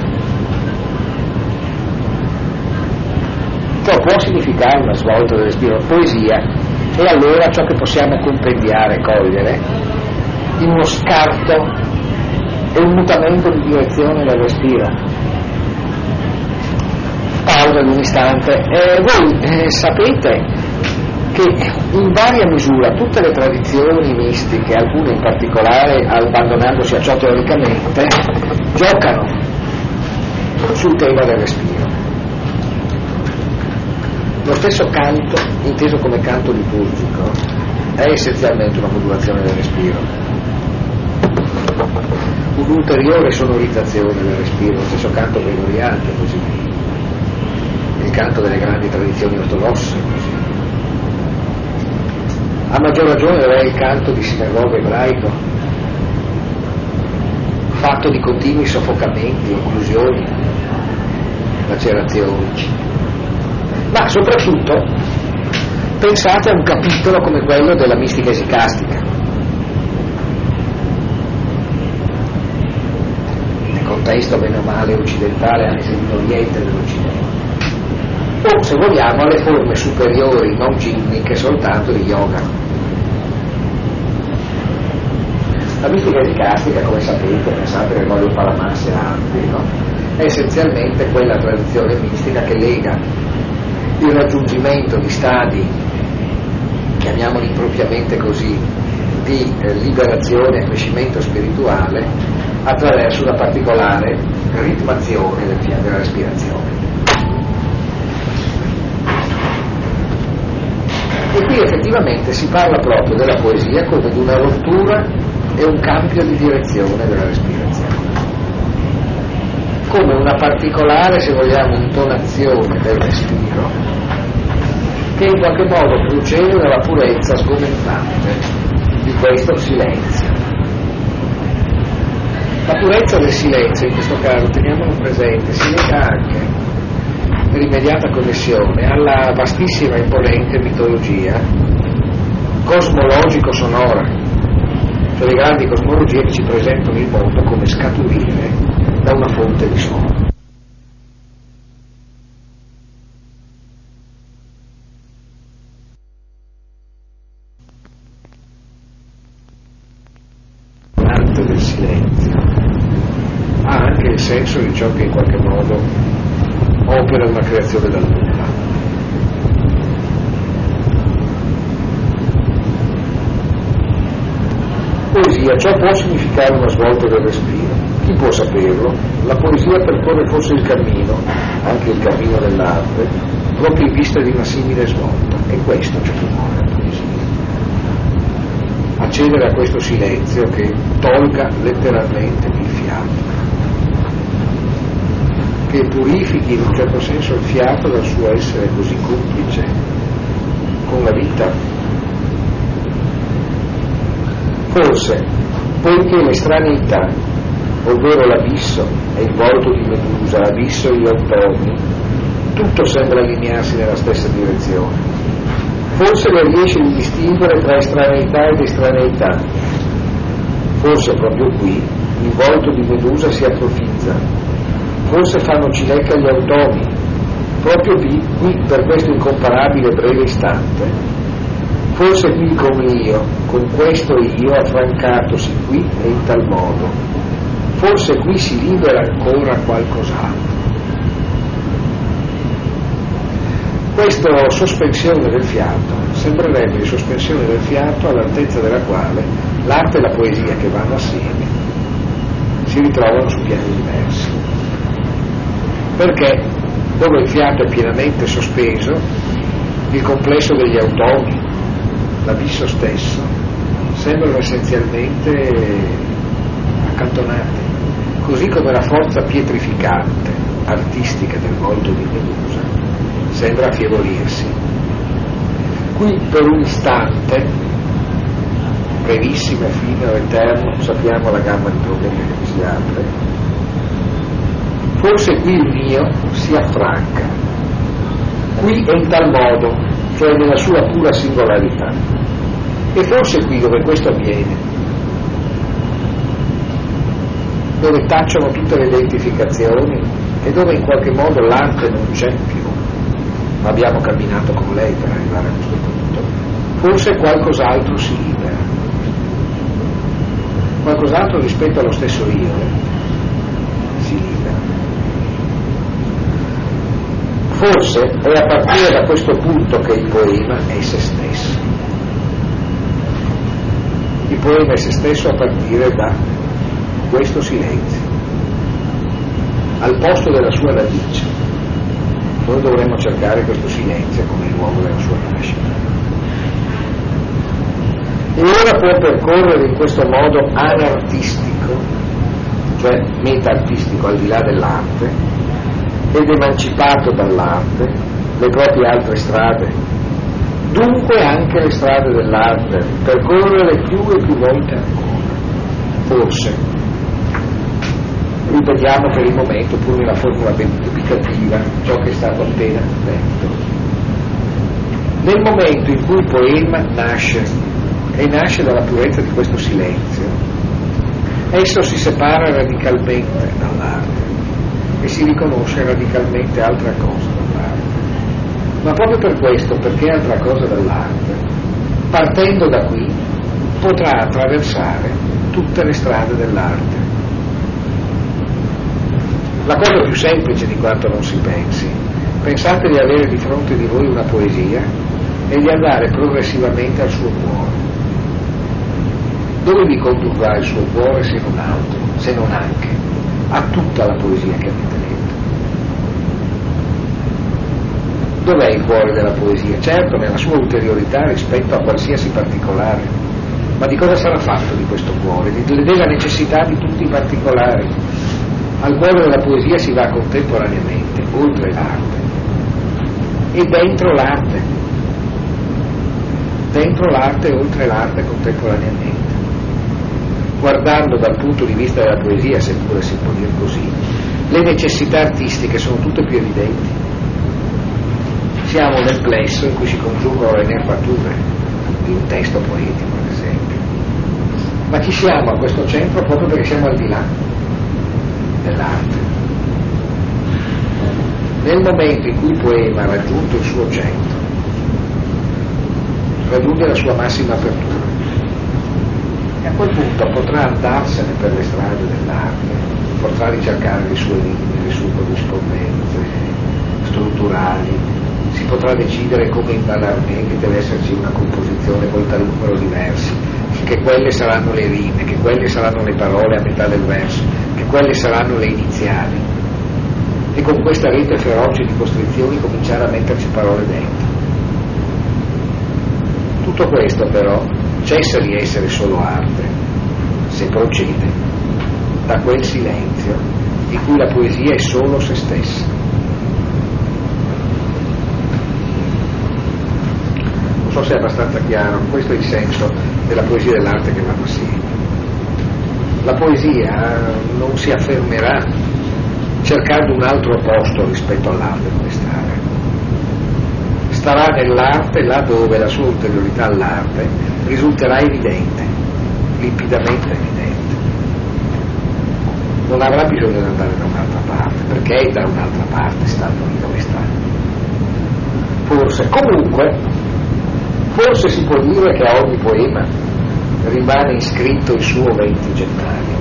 Ciò può significare una svolta del respiro? Poesia è allora ciò che possiamo compendiare, cogliere, in uno scarto e un mutamento di direzione del respiro. Pausa di un istante. Eh, voi eh, sapete che in varia misura tutte le tradizioni mistiche, alcune in particolare abbandonandosi a ciò teoricamente, giocano sul tema del respiro. Lo stesso canto, inteso come canto liturgico, è essenzialmente una modulazione del respiro, un'ulteriore sonorizzazione del respiro. Lo stesso canto gregoriano è così, il canto delle grandi tradizioni ortodosse così. A maggior ragione è il canto di sinagoga ebraico, fatto di continui soffocamenti, occlusioni, lacerazioni. Ma soprattutto pensate a un capitolo come quello della mistica esicastica, nel contesto bene o male occidentale, anche se dell'Oriente e dell'Occidente, o se vogliamo alle forme superiori non ginniche soltanto di yoga. La mistica esicastica, come sapete, pensate che voglio Palamasse anche, no? È essenzialmente quella tradizione mistica che lega il raggiungimento di stadi, chiamiamoli impropriamente così, di eh, liberazione e crescimento spirituale attraverso una particolare ritmazione del fiato della respirazione. E qui effettivamente si parla proprio della poesia come di una rottura e un cambio di direzione della respirazione, come una particolare, se vogliamo, intonazione del respiro che in qualche modo procede dalla purezza sgomentante di questo silenzio. La purezza del silenzio, in questo caso, teniamolo presente, si lega anche, per immediata connessione, alla vastissima e imponente mitologia cosmologico-sonora, cioè le grandi cosmologie che ci presentano il mondo come scaturire da una fonte di suono. L'arte del silenzio ha anche il senso di ciò che in qualche modo opera una creazione dal nulla. Poesia, ciò può significare una svolta del respiro. Chi può saperlo? La poesia percorre forse il cammino, anche il cammino dell'arte, proprio in vista di una simile svolta. E questo ciò che muore la poesia. Accedere a questo silenzio che tolga letteralmente il fiato, che purifichi in un certo senso il fiato dal suo essere così complice con la vita. Forse, poiché l'estraneità, ovvero l'abisso e il volto di Medusa, l'abisso e gli automi, tutto sembra allinearsi nella stessa direzione. Forse le riesce di distinguere tra estraneità ed estraneità. Forse proprio qui il volto di Medusa si atrofizza. Forse fanno cilecca gli automi, proprio qui, qui per questo incomparabile breve istante. Forse qui come io, con questo io affrancatosi qui e in tal modo. Forse qui si libera ancora qualcos'altro. Questa sospensione del fiato sembrerebbe di sospensione del fiato all'altezza della quale l'arte e la poesia, che vanno assieme, si ritrovano su piani diversi. Perché dove il fiato è pienamente sospeso, il complesso degli automi, l'abisso stesso, sembrano essenzialmente accantonati, così come la forza pietrificante, artistica del volto di Medusa sembra affievolirsi. Qui per un istante, brevissimo, effimero, eterno, sappiamo la gamma di problemi che si apre, forse qui il mio si affranca, qui è in tal modo, cioè nella sua pura singolarità. E forse qui dove questo avviene, dove tacciano tutte le identificazioni e dove in qualche modo l'arte non c'è più, ma abbiamo camminato con lei per arrivare a questo punto, forse qualcos'altro si libera, qualcos'altro rispetto allo stesso io eh, si libera. Forse è a partire da questo punto che il poema è se stesso. Il poema è se stesso a partire da questo silenzio, al posto della sua radice. Noi dovremmo cercare questo silenzio come il luogo della sua nascita. E ora può percorrere in questo modo anartistico, cioè meta-artistico, al di là dell'arte, ed emancipato dall'arte, le proprie altre strade, dunque anche le strade dell'arte, percorrere più e più volte ancora. Forse, ripetiamo per il momento, pur nella formula ben dubitativa, ciò che è stato appena detto. Nel momento in cui il poema nasce, e nasce dalla purezza di questo silenzio, esso si separa radicalmente dall'arte e si riconosce radicalmente altra cosa dall'arte. Ma proprio per questo, perché è altra cosa dall'arte, partendo da qui potrà attraversare tutte le strade dell'arte. La cosa più semplice di quanto non si pensi. Pensate di avere di fronte di voi una poesia e di andare progressivamente al suo cuore. Dove vi condurrà il suo cuore se non altro, se non anche a tutta la poesia che avete letto? Dov'è il cuore della poesia? Certo, nella sua ulteriorità rispetto a qualsiasi particolare, ma di cosa sarà fatto di questo cuore? Della necessità di tutti i particolari. Al cuore della poesia si va contemporaneamente oltre l'arte e dentro l'arte, dentro l'arte e oltre l'arte contemporaneamente, guardando dal punto di vista della poesia, seppure si può dire così, le necessità artistiche sono tutte più evidenti. Siamo nel plesso in cui si congiungano le nervature di un testo poetico, ad esempio, ma ci siamo a questo centro proprio perché siamo al di là dell'arte. Nel momento in cui il poema ha raggiunto il suo centro, raggiunge la sua massima apertura, e a quel punto potrà andarsene per le strade dell'arte, potrà ricercare le sue linee, le sue corrispondenze strutturali, si potrà decidere come imballarmente deve esserci una composizione col tal numero di versi, che quelle saranno le rime, che quelle saranno le parole a metà del verso, che quelle saranno le iniziali, e con questa rete feroce di costrizioni cominciare a metterci parole dentro. Tutto questo però cessa di essere solo arte se procede da quel silenzio di cui la poesia è solo se stessa. Non so se è abbastanza chiaro, questo è il senso della poesia e dell'arte che vanno assieme. La poesia non si affermerà cercando un altro posto rispetto all'arte dove stare. Starà nell'arte là dove la sua ulteriorità all'arte risulterà evidente, limpidamente evidente. Non avrà bisogno di andare da un'altra parte, perché da un'altra parte stando lì dove sta. Forse, comunque, forse si può dire che a ogni poema rimane iscritto il suo venti gennaio.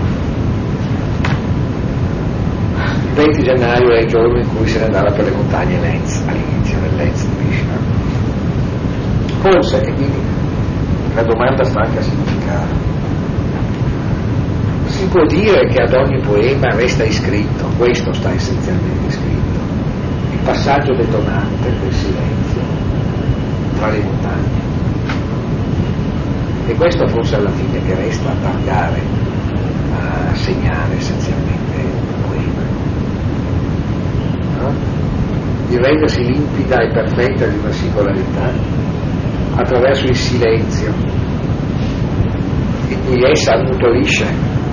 Il venti gennaio è il giorno in cui se ne andava per le montagne Lenz, all'inizio del Lenz di Krishna. Forse, e quindi la domanda sta anche a significare, si può dire che ad ogni poema resta iscritto, questo sta essenzialmente iscritto, il passaggio detonante del silenzio tra le montagne. E questo forse alla fine che resta a targare, a segnare essenzialmente il poema. No? Di rendersi limpida e perfetta di una singolarità attraverso il silenzio in cui essa ammutorisce.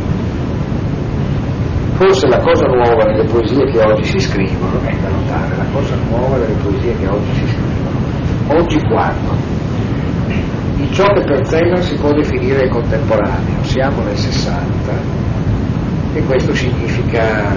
Forse la cosa nuova nelle poesie che oggi si scrivono, è da notare, la cosa nuova delle poesie che oggi si scrivono, oggi quando in ciò che per Zeller si può definire contemporaneo, siamo nel sessanta, e questo significa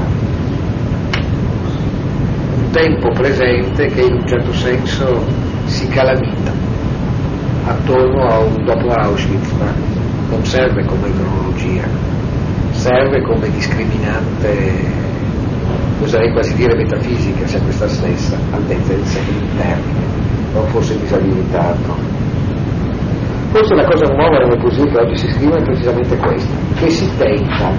un tempo presente che in un certo senso si calamita attorno a un dopo Auschwitz, ma non serve come cronologia, serve come discriminante, oserei quasi dire metafisica, se questa stessa altezza del secolo termine non fosse disabilitato. Forse la cosa nuova nelle poesie che oggi si scrivono è precisamente questa, che si tenta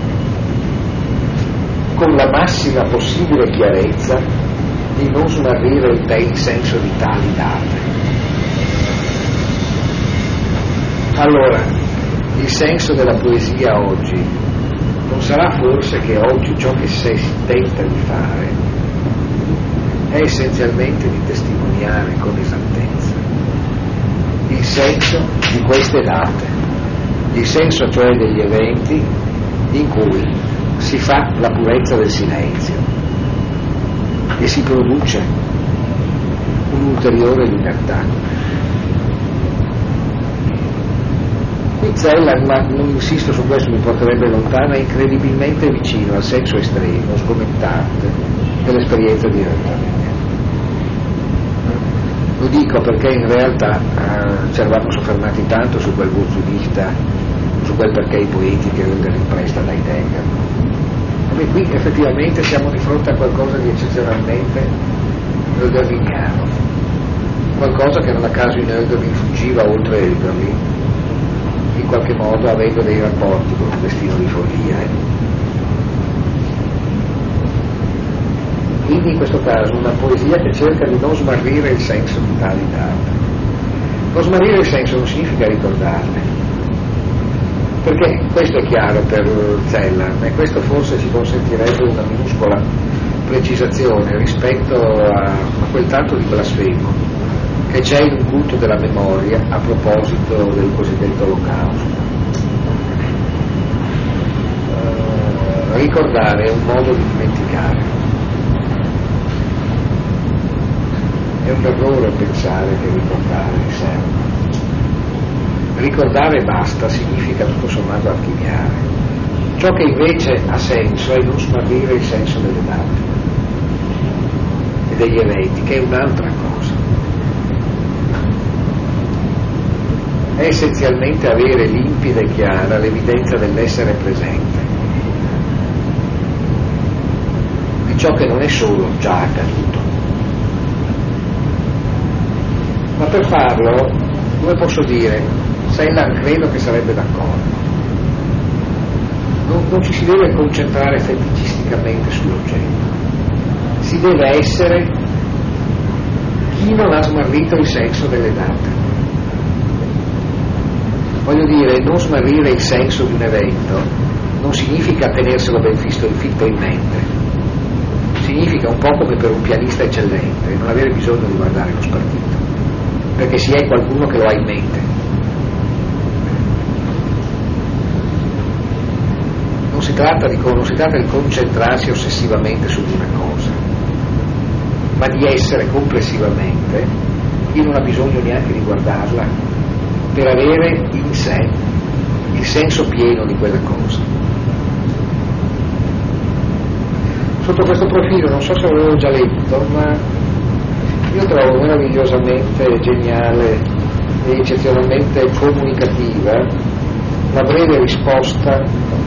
con la massima possibile chiarezza di non smarrire il, te- il senso di tali date. Allora, il senso della poesia oggi non sarà forse che oggi ciò che si tenta di fare è essenzialmente di testimoniare con esattezza il senso di queste date, il senso cioè degli eventi in cui si fa la purezza del silenzio e si produce un'ulteriore libertà. Qui Zeller, ma non insisto su questo, mi porterebbe lontano, è incredibilmente vicino al senso estremo, sgomentante dell'esperienza di Hölderlin. Lo dico perché in realtà eh, ci eravamo soffermati tanto su quel Wurzulista, su quel perché i poeti che Hölderlin presta da Heidegger. E qui effettivamente siamo di fronte a qualcosa di eccezionalmente Hölderliniano, qualcosa che non a caso in Hölderlin fuggiva oltre Hölderlin, in qualche modo avendo dei rapporti con un destino di follia. Quindi in questo caso una poesia che cerca di non smarrire il senso di tali date. Non smarrire il senso non significa ricordarle, perché questo è chiaro per Zeller, e questo forse ci consentirebbe una minuscola precisazione rispetto a, a quel tanto di blasfemo che c'è in un culto della memoria a proposito del cosiddetto Olocausto. Uh, ricordare è un modo di dimenticare. È un errore pensare che ricordare serva. Ricordare e basta significa tutto sommato archiviare. Ciò che invece ha senso è non smarrire il senso delle date e degli eventi, che è un'altra cosa. È essenzialmente avere limpida e chiara l'evidenza dell'essere presente, di ciò che non è solo già accaduto. Ma per farlo, come posso dire, Sellan credo che sarebbe d'accordo. Non, non ci si deve concentrare feticisticamente sull'oggetto, si deve essere chi non ha smarrito il senso delle date. Voglio dire, non smarrire il senso di un evento non significa tenerselo ben fisso, fitto in mente, significa un po' come per un pianista eccellente non avere bisogno di guardare lo spartito, perché si è qualcuno che lo ha in mente. Non si tratta di, non si tratta di concentrarsi ossessivamente su una cosa, ma di essere complessivamente, chi non ha bisogno neanche di guardarla, per avere in sé il senso pieno di quella cosa. Sotto questo profilo, non so se l'avevo già letto, ma io trovo meravigliosamente geniale e eccezionalmente comunicativa la breve risposta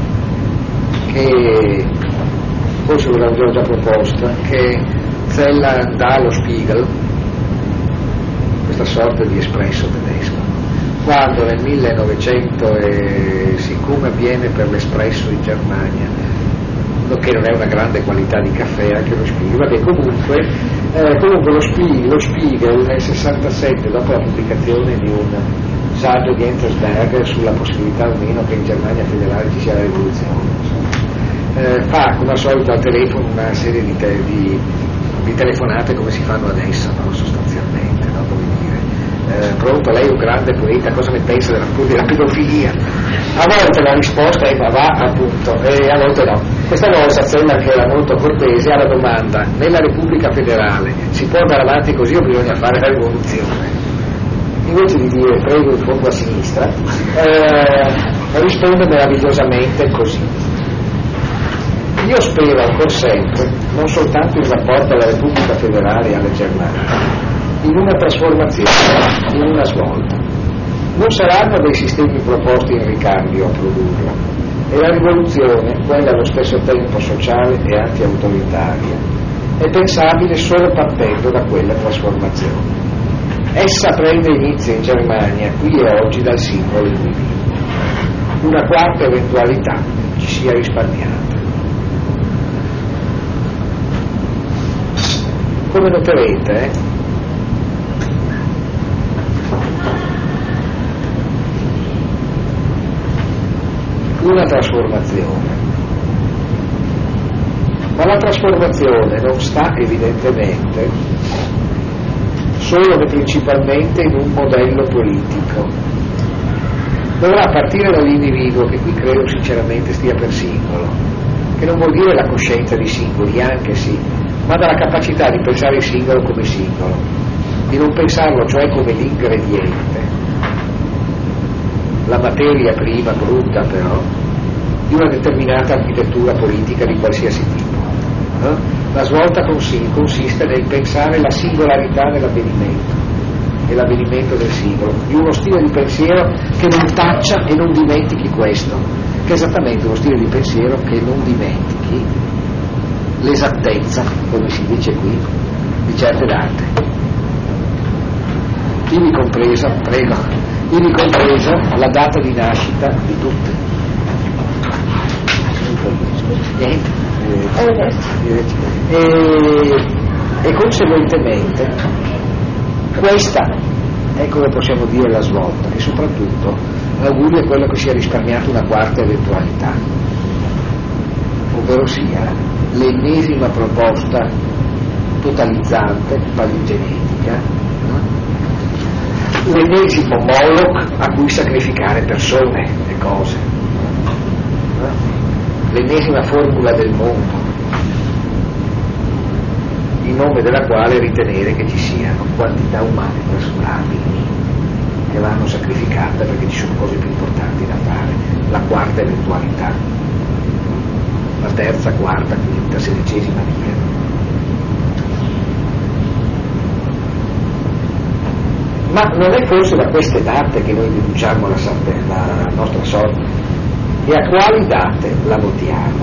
che forse ve l'avevo già proposta, che Sellan dà allo Spiegel, questa sorta di espresso tedesco, quando nel millenovecento, e siccome avviene per l'Espresso in Germania, che non è una grande qualità di caffè, anche lo Spiegel, vabbè, comunque, eh, comunque lo, Spiegel, lo Spiegel nel sessantasette, dopo la pubblicazione di un saggio di Enzensberger sulla possibilità o meno che in Germania federale ci sia la rivoluzione, eh, fa come al solito al telefono una serie di, te, di, di telefonate come si fanno adesso, no? Sostanzialmente, no? Come dire, eh, pronto, lei è un grande poeta, cosa ne pensa della, della pedofilia? A volte la risposta è ma va, appunto, e a volte no. Questa volta Sellan, che era molto cortese, alla domanda: nella Repubblica Federale si può andare avanti così o bisogna fare la rivoluzione? Invece di dire prego in fondo a sinistra, eh, risponde meravigliosamente così. Io spero ancora sempre, non soltanto in rapporto alla Repubblica Federale e alla Germania, in una trasformazione, in una svolta. Non saranno dei sistemi proposti in ricambio a produrla, e la rivoluzione, quella allo stesso tempo sociale e anti-autoritaria, è pensabile solo partendo da quella trasformazione. Essa prende inizio in Germania, qui e oggi, dal singolo individuo. Una quarta eventualità ci sia risparmiata. Come noterete, eh, una trasformazione, ma la trasformazione non sta evidentemente solo e principalmente in un modello politico. Dovrà partire dall'individuo, che qui credo sinceramente stia per singolo, che non vuol dire la coscienza di singoli, anche sì, ma dalla capacità di pensare il singolo come singolo, di non pensarlo cioè come l'ingrediente, la materia prima brutta però di una determinata architettura politica di qualsiasi tipo. No? La svolta consiste nel pensare la singolarità dell'avvenimento e l'avvenimento del singolo, di uno stile di pensiero che non taccia e non dimentichi questo, che è esattamente uno stile di pensiero che non dimentichi l'esattezza, come si dice qui, di certe date. Ivi compresa, prego, ivi compresa la data di nascita di tutte. Niente. E, e conseguentemente questa è, come possiamo dire, la svolta, e soprattutto l'augurio è quello che sia risparmiata una quarta eventualità, ovvero sia l'ennesima proposta totalizzante, palingenetica, no? l'ennesimo Moloch a cui sacrificare persone e cose, l'ennesima formula del mondo, in nome della quale ritenere che ci siano quantità umane trascurabili che vanno sacrificate perché ci sono cose più importanti da fare. La quarta eventualità, la terza, quarta, quinta, sedicesima via. Ma non è forse da queste date che noi deduciamo la, la, la nostra sorte? E a quali date la votiamo?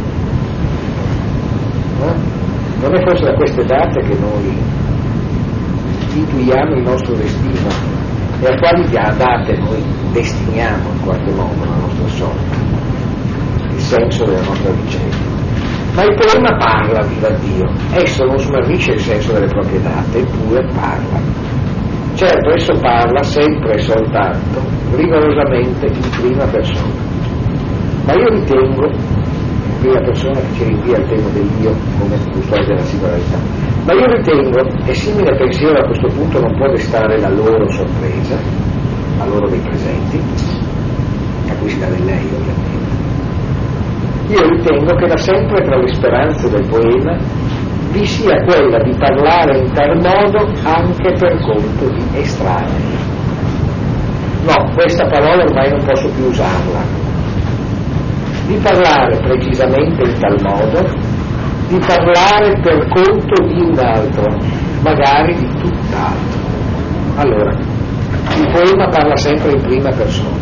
No? Non è forse da queste date che noi intuiamo il nostro destino? E a quali date noi destiniamo in qualche modo la nostra sorte, il senso della nostra vicenda? Ma il poema parla, viva Dio, esso non smarrisce il senso delle proprie date, eppure parla. Certo, esso parla sempre e soltanto, rigorosamente, in prima persona. Ma io ritengo, in prima persona che ci rinvia al tema dell'io come custode della singolarità, ma io ritengo, e simile pensiero a questo punto non può destare la loro sorpresa, la loro dei presenti, a cui si dà del lei ovviamente, io ritengo che da sempre tra le speranze del poema vi sia quella di parlare in tal modo anche per conto di estranei. No, questa parola ormai non posso più usarla. Di parlare precisamente in tal modo, di parlare per conto di un altro, magari di tutt'altro. Allora, il poema parla sempre in prima persona.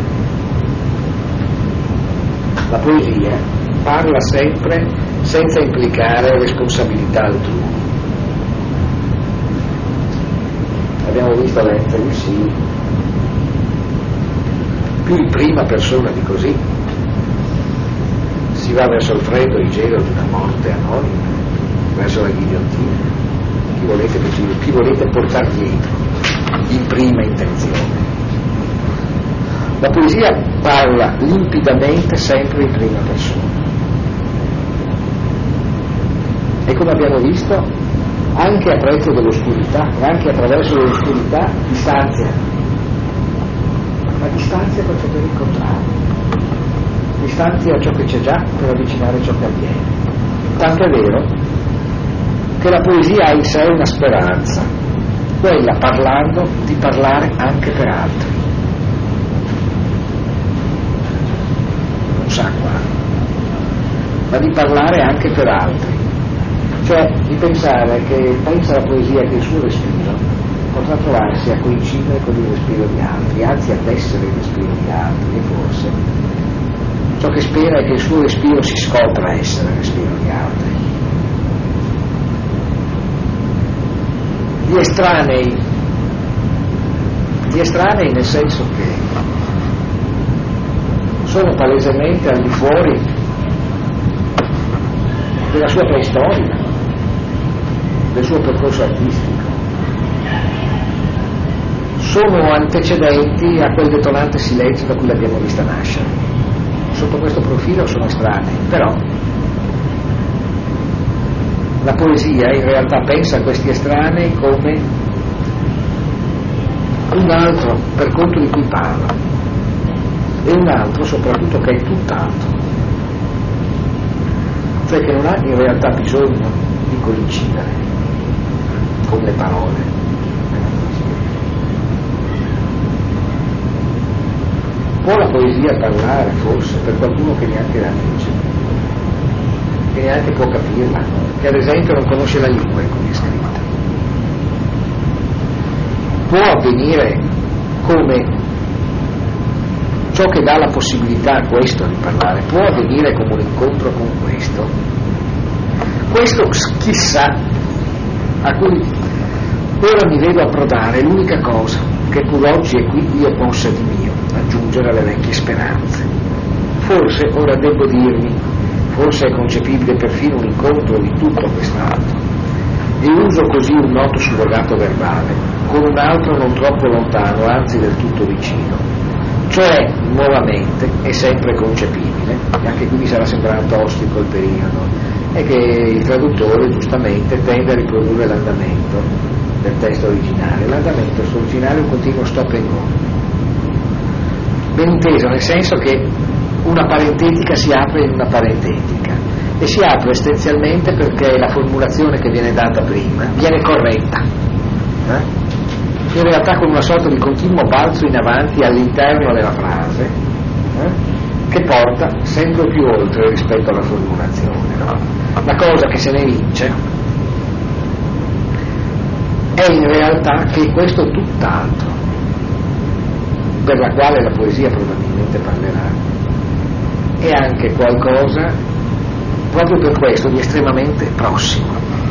La poesia parla sempre senza implicare responsabilità altrui. Abbiamo visto l'Enzo il sì, più in prima persona di così si va verso il freddo e il gelo di una morte anonima, verso la ghigliottina. Chi volete, chi volete portare dietro in prima intenzione? La poesia parla limpidamente sempre in prima persona. E come abbiamo visto, anche a prezzo dell'oscurità e anche attraverso l'oscurità distanzia, ma distanzia per poter incontrare, distanzia ciò che c'è già per avvicinare ciò che avviene. Tanto è vero che la poesia ha in sé una speranza, quella, parlando, di parlare anche per altri. Non sa quando, ma di parlare anche per altri. Cioè di pensare che pensa la poesia che il suo respiro potrà trovarsi a coincidere con il respiro di altri, anzi ad essere il respiro di altri, e forse ciò che spera è che il suo respiro si scopra essere il respiro di altri. Gli estranei, gli estranei nel senso che sono palesemente al di fuori della sua preistoria, del suo percorso artistico, sono antecedenti a quel detonante silenzio da cui l'abbiamo vista nascere. Sotto questo profilo sono estranei, però la poesia in realtà pensa a questi estranei come un altro per conto di cui parla, e un altro soprattutto che è tutt'altro, cioè che non ha in realtà bisogno di coincidere con le parole. Può la poesia parlare forse per qualcuno che neanche la legge, che neanche può capirla, che ad esempio non conosce la lingua in cui è scritta? Può avvenire come ciò che dà la possibilità a questo di parlare, può avvenire come un incontro con questo? Questo chissà, a cui ora mi vedo approdare, è l'unica cosa che pur oggi e qui io possa di mio aggiungere alle vecchie speranze. Forse ora devo dirmi, forse è concepibile perfino un incontro di tutto quest'altro, e uso così un noto surrogato verbale con un altro non troppo lontano, anzi del tutto vicino, cioè nuovamente è sempre concepibile, e anche qui mi sarà sembrato ostico il periodo, è che il traduttore giustamente tende a riprodurre l'andamento del nel testo originale. L'andamento originale è un continuo stop and go, ben inteso nel senso che una parentetica si apre in una parentetica e si apre essenzialmente perché la formulazione che viene data prima viene corretta, eh? in realtà con una sorta di continuo balzo in avanti all'interno della frase, eh? che porta sempre più oltre rispetto alla formulazione, no? La cosa che se ne vince è in realtà che questo tutt'altro, per la quale la poesia probabilmente parlerà, è anche qualcosa proprio per questo di estremamente prossimo.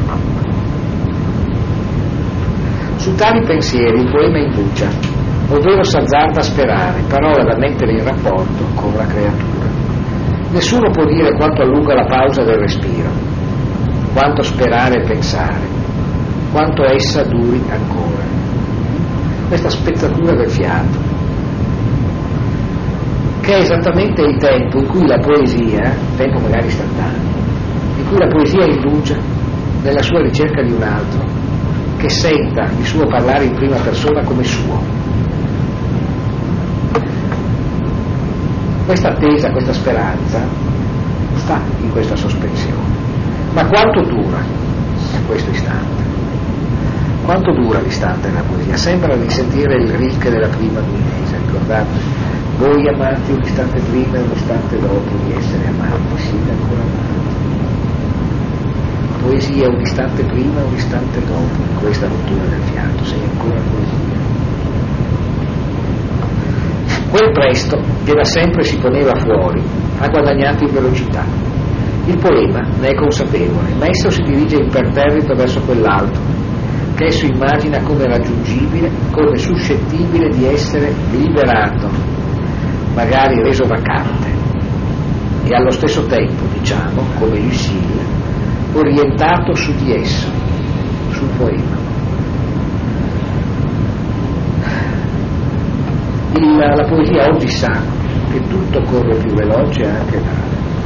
Su tali pensieri il poema indugia, ovvero s'azzarda a sperare, parola da mettere in rapporto con la creatura. Nessuno può dire quanto allunga la pausa del respiro, quanto sperare e pensare, quanto essa duri ancora. Questa spezzatura del fiato, che è esattamente il tempo in cui la poesia, tempo magari istantaneo, in cui la poesia indugia nella sua ricerca di un altro, che senta il suo parlare in prima persona come suo. Questa attesa, questa speranza sta in questa sospensione. Ma quanto dura questo istante? Quanto dura l'istante nella poesia? Sembra di sentire il ric della prima duinese, ricordate? Voi amanti un istante prima e un istante dopo di essere amanti, siete ancora amanti. Poesia un istante prima e un istante dopo, in questa rottura del fiato, sei ancora poesia. Quel presto, che da sempre si poneva fuori, ha guadagnato in velocità. Il poema ne è consapevole, ma esso si dirige imperterrito verso quell'altro, che esso immagina come raggiungibile, come suscettibile di essere liberato, magari reso vacante, e allo stesso tempo, diciamo, come Lucille, orientato su di esso, sul poema. Il, la poesia oggi sa che tutto corre più veloce anche da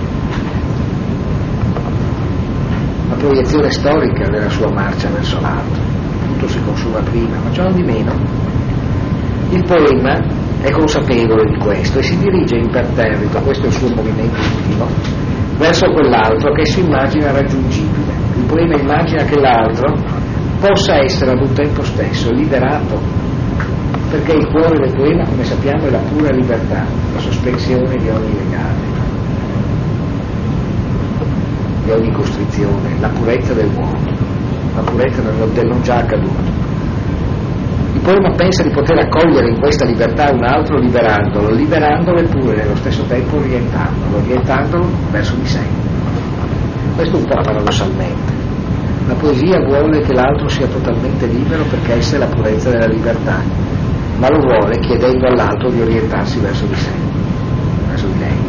la proiezione storica della sua marcia verso l'alto, tutto si consuma prima, ma ciò non di meno il poema è consapevole di questo e si dirige imperterrito, questo è il suo movimento ultimo, verso quell'altro che si immagina raggiungibile. Il poema immagina che l'altro possa essere ad un tempo stesso liberato, perché il cuore del poema, come sappiamo, è la pura libertà, la sospensione di ogni legame, di ogni costrizione, la purezza del vuoto, la purezza del non già accaduto. Il poema pensa di poter accogliere in questa libertà un altro liberandolo, liberandolo eppure nello stesso tempo orientandolo, orientandolo verso di sé. Questo un po' paradossalmente. La poesia vuole che l'altro sia totalmente libero perché essa è la purezza della libertà, ma lo vuole chiedendo all'altro di orientarsi verso di sé, verso di lei.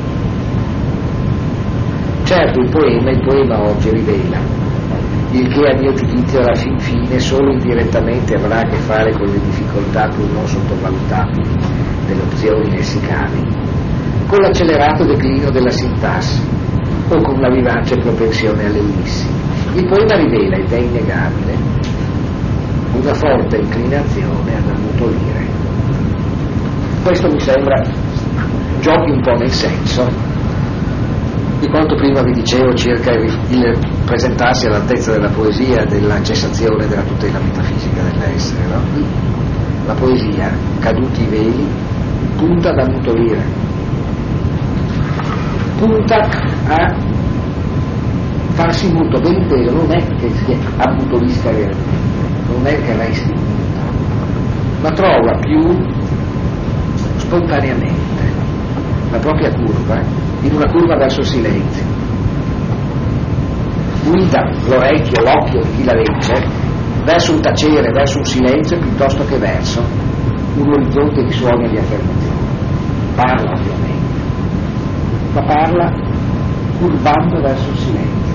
Certo, il poema, il poema oggi rivela il che a mio giudizio alla fin fine solo indirettamente avrà a che fare con le difficoltà pur non sottovalutabili delle opzioni lessicali, con l'accelerato declino della sintassi o con la vivace propensione all'ellissi. Il poema rivela, ed è innegabile, una forte inclinazione ad ammutolire. Questo mi sembra giochi un po' nel senso di quanto prima vi dicevo circa il, il presentarsi all'altezza della poesia, della cessazione della tutela metafisica dell'essere, no? La poesia, caduti i veli, punta ad ammutolire, punta a farsi muto, ben inteso, non è che si ammutolisca realmente, non è che resti muto, ma trova più spontaneamente la propria curva in una curva verso il silenzio. Guida l'orecchio, l'occhio di chi la legge verso un tacere, verso un silenzio piuttosto che verso un orizzonte di suoni e di affermazioni. Parla ovviamente, ma parla curvando verso il silenzio.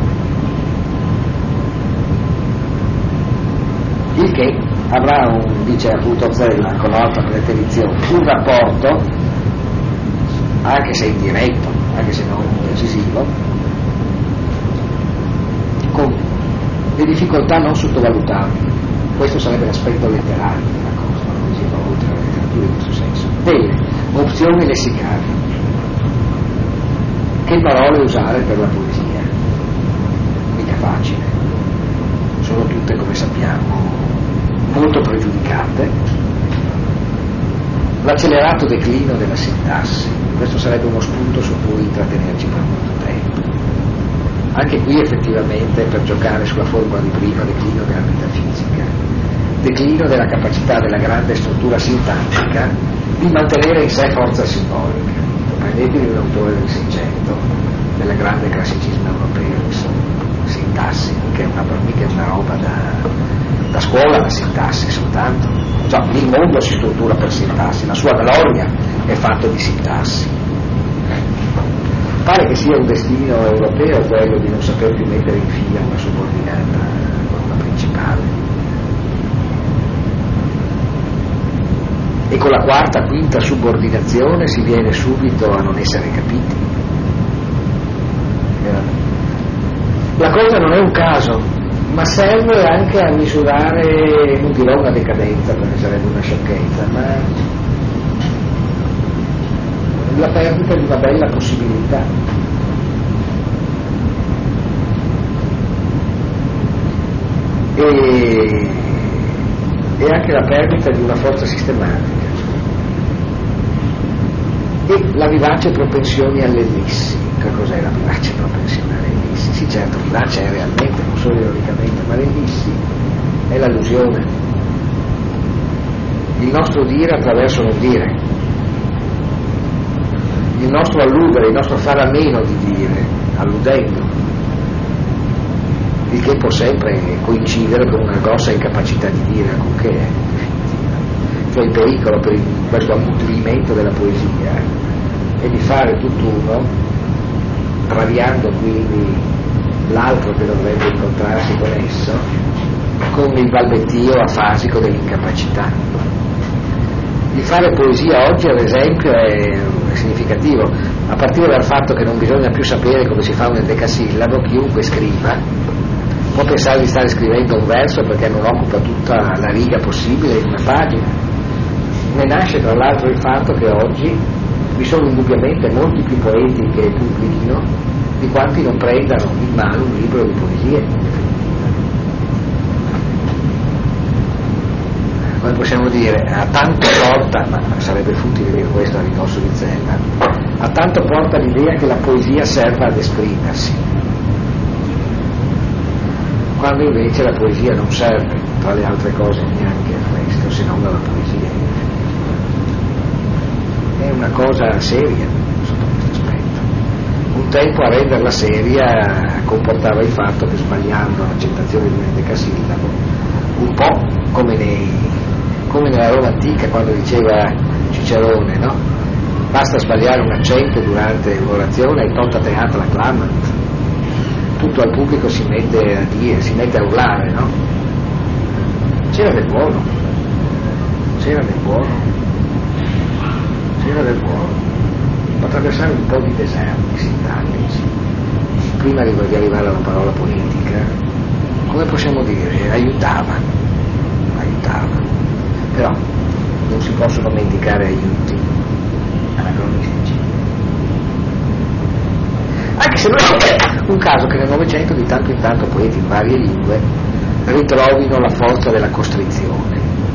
Il che avrà un, dice appunto Zella con altra preterizione, un rapporto, anche se indiretto, anche se non decisivo, con le difficoltà non sottovalutabili questo sarebbe l'aspetto letterario della cosa, la poesia va oltre la letteratura in questo senso. Bene, opzioni lessicali. Che parole usare per la poesia? Mica facile, sono tutte, come sappiamo, molto pregiudicate. L'accelerato declino della sintassi, questo sarebbe uno spunto su cui intrattenerci per molto tempo. Anche qui effettivamente, per giocare sulla formula di prima, declino della metafisica, declino della capacità della grande struttura sintattica di mantenere in sé forza simbolica. Prendetevi un autore del Seicento, del grande classicismo europeo, insomma, sintassi, che è una, mica una roba da, da scuola, la sintassi soltanto. Già, il mondo si struttura per sintassi, la sua gloria è fatta di sintassi. Pare che sia un destino europeo quello di non saper più mettere in fila una subordinata con una principale. E con la quarta, quinta subordinazione si viene subito a non essere capiti. La cosa non è un caso, ma serve anche a misurare, non dirò una decadenza perché sarebbe una sciocchezza, ma la perdita di una bella possibilità. E, e anche la perdita di una forza sistematica e la vivace propensione all'ellissi. Che cos'è la vivace propensione all'ellissi? Sì, certo, vivace è realmente, non solo ironicamente, ma l'ellissi è l'allusione, il nostro dire attraverso non dire, il nostro alludere, il nostro fare a meno di dire, alludendo, il che può sempre coincidere con una grossa incapacità di dire alcunché. Cioè il pericolo per il, questo ammutrimento della poesia è di fare tutt'uno, traviando quindi l'altro che dovrebbe incontrarsi con esso, con il balbettio afasico dell'incapacità. Il fare poesia oggi, ad esempio, è significativo, a partire dal fatto che non bisogna più sapere come si fa un endecasillabo. Chiunque scriva può pensare di stare scrivendo un verso perché non occupa tutta la riga possibile in una pagina. Ne nasce tra l'altro il fatto che oggi vi sono indubbiamente molti più poeti che pubblichino di quanti non prendano in mano un libro di poesie. Come possiamo dire, a tanto porta, ma sarebbe futile dire questo a ridosso di Zella, a tanto porta l'idea che la poesia serva ad esprimersi, quando invece la poesia non serve, tra le altre cose, neanche a questo, se non alla poesia. È una cosa seria sotto questo aspetto. Un tempo a renderla seria comportava il fatto che, sbagliando l'accettazione di un endecasillabo, un po' come nei come nella Roma antica, quando diceva Cicerone, no? Basta sbagliare un accento durante un'orazione e tolta teatra la clama, tutto al pubblico si mette a dire, si mette a urlare, no? C'era del buono, c'era del buono, c'era del buono. Attraversare un po' di deserti sintattici prima di arrivare alla parola politica, come possiamo dire, aiutava, aiutava. Però non si possono mendicare aiuti anacronistici. Anche se non è un caso che nel Novecento di tanto in tanto poeti in varie lingue ritrovino la forza della costrizione,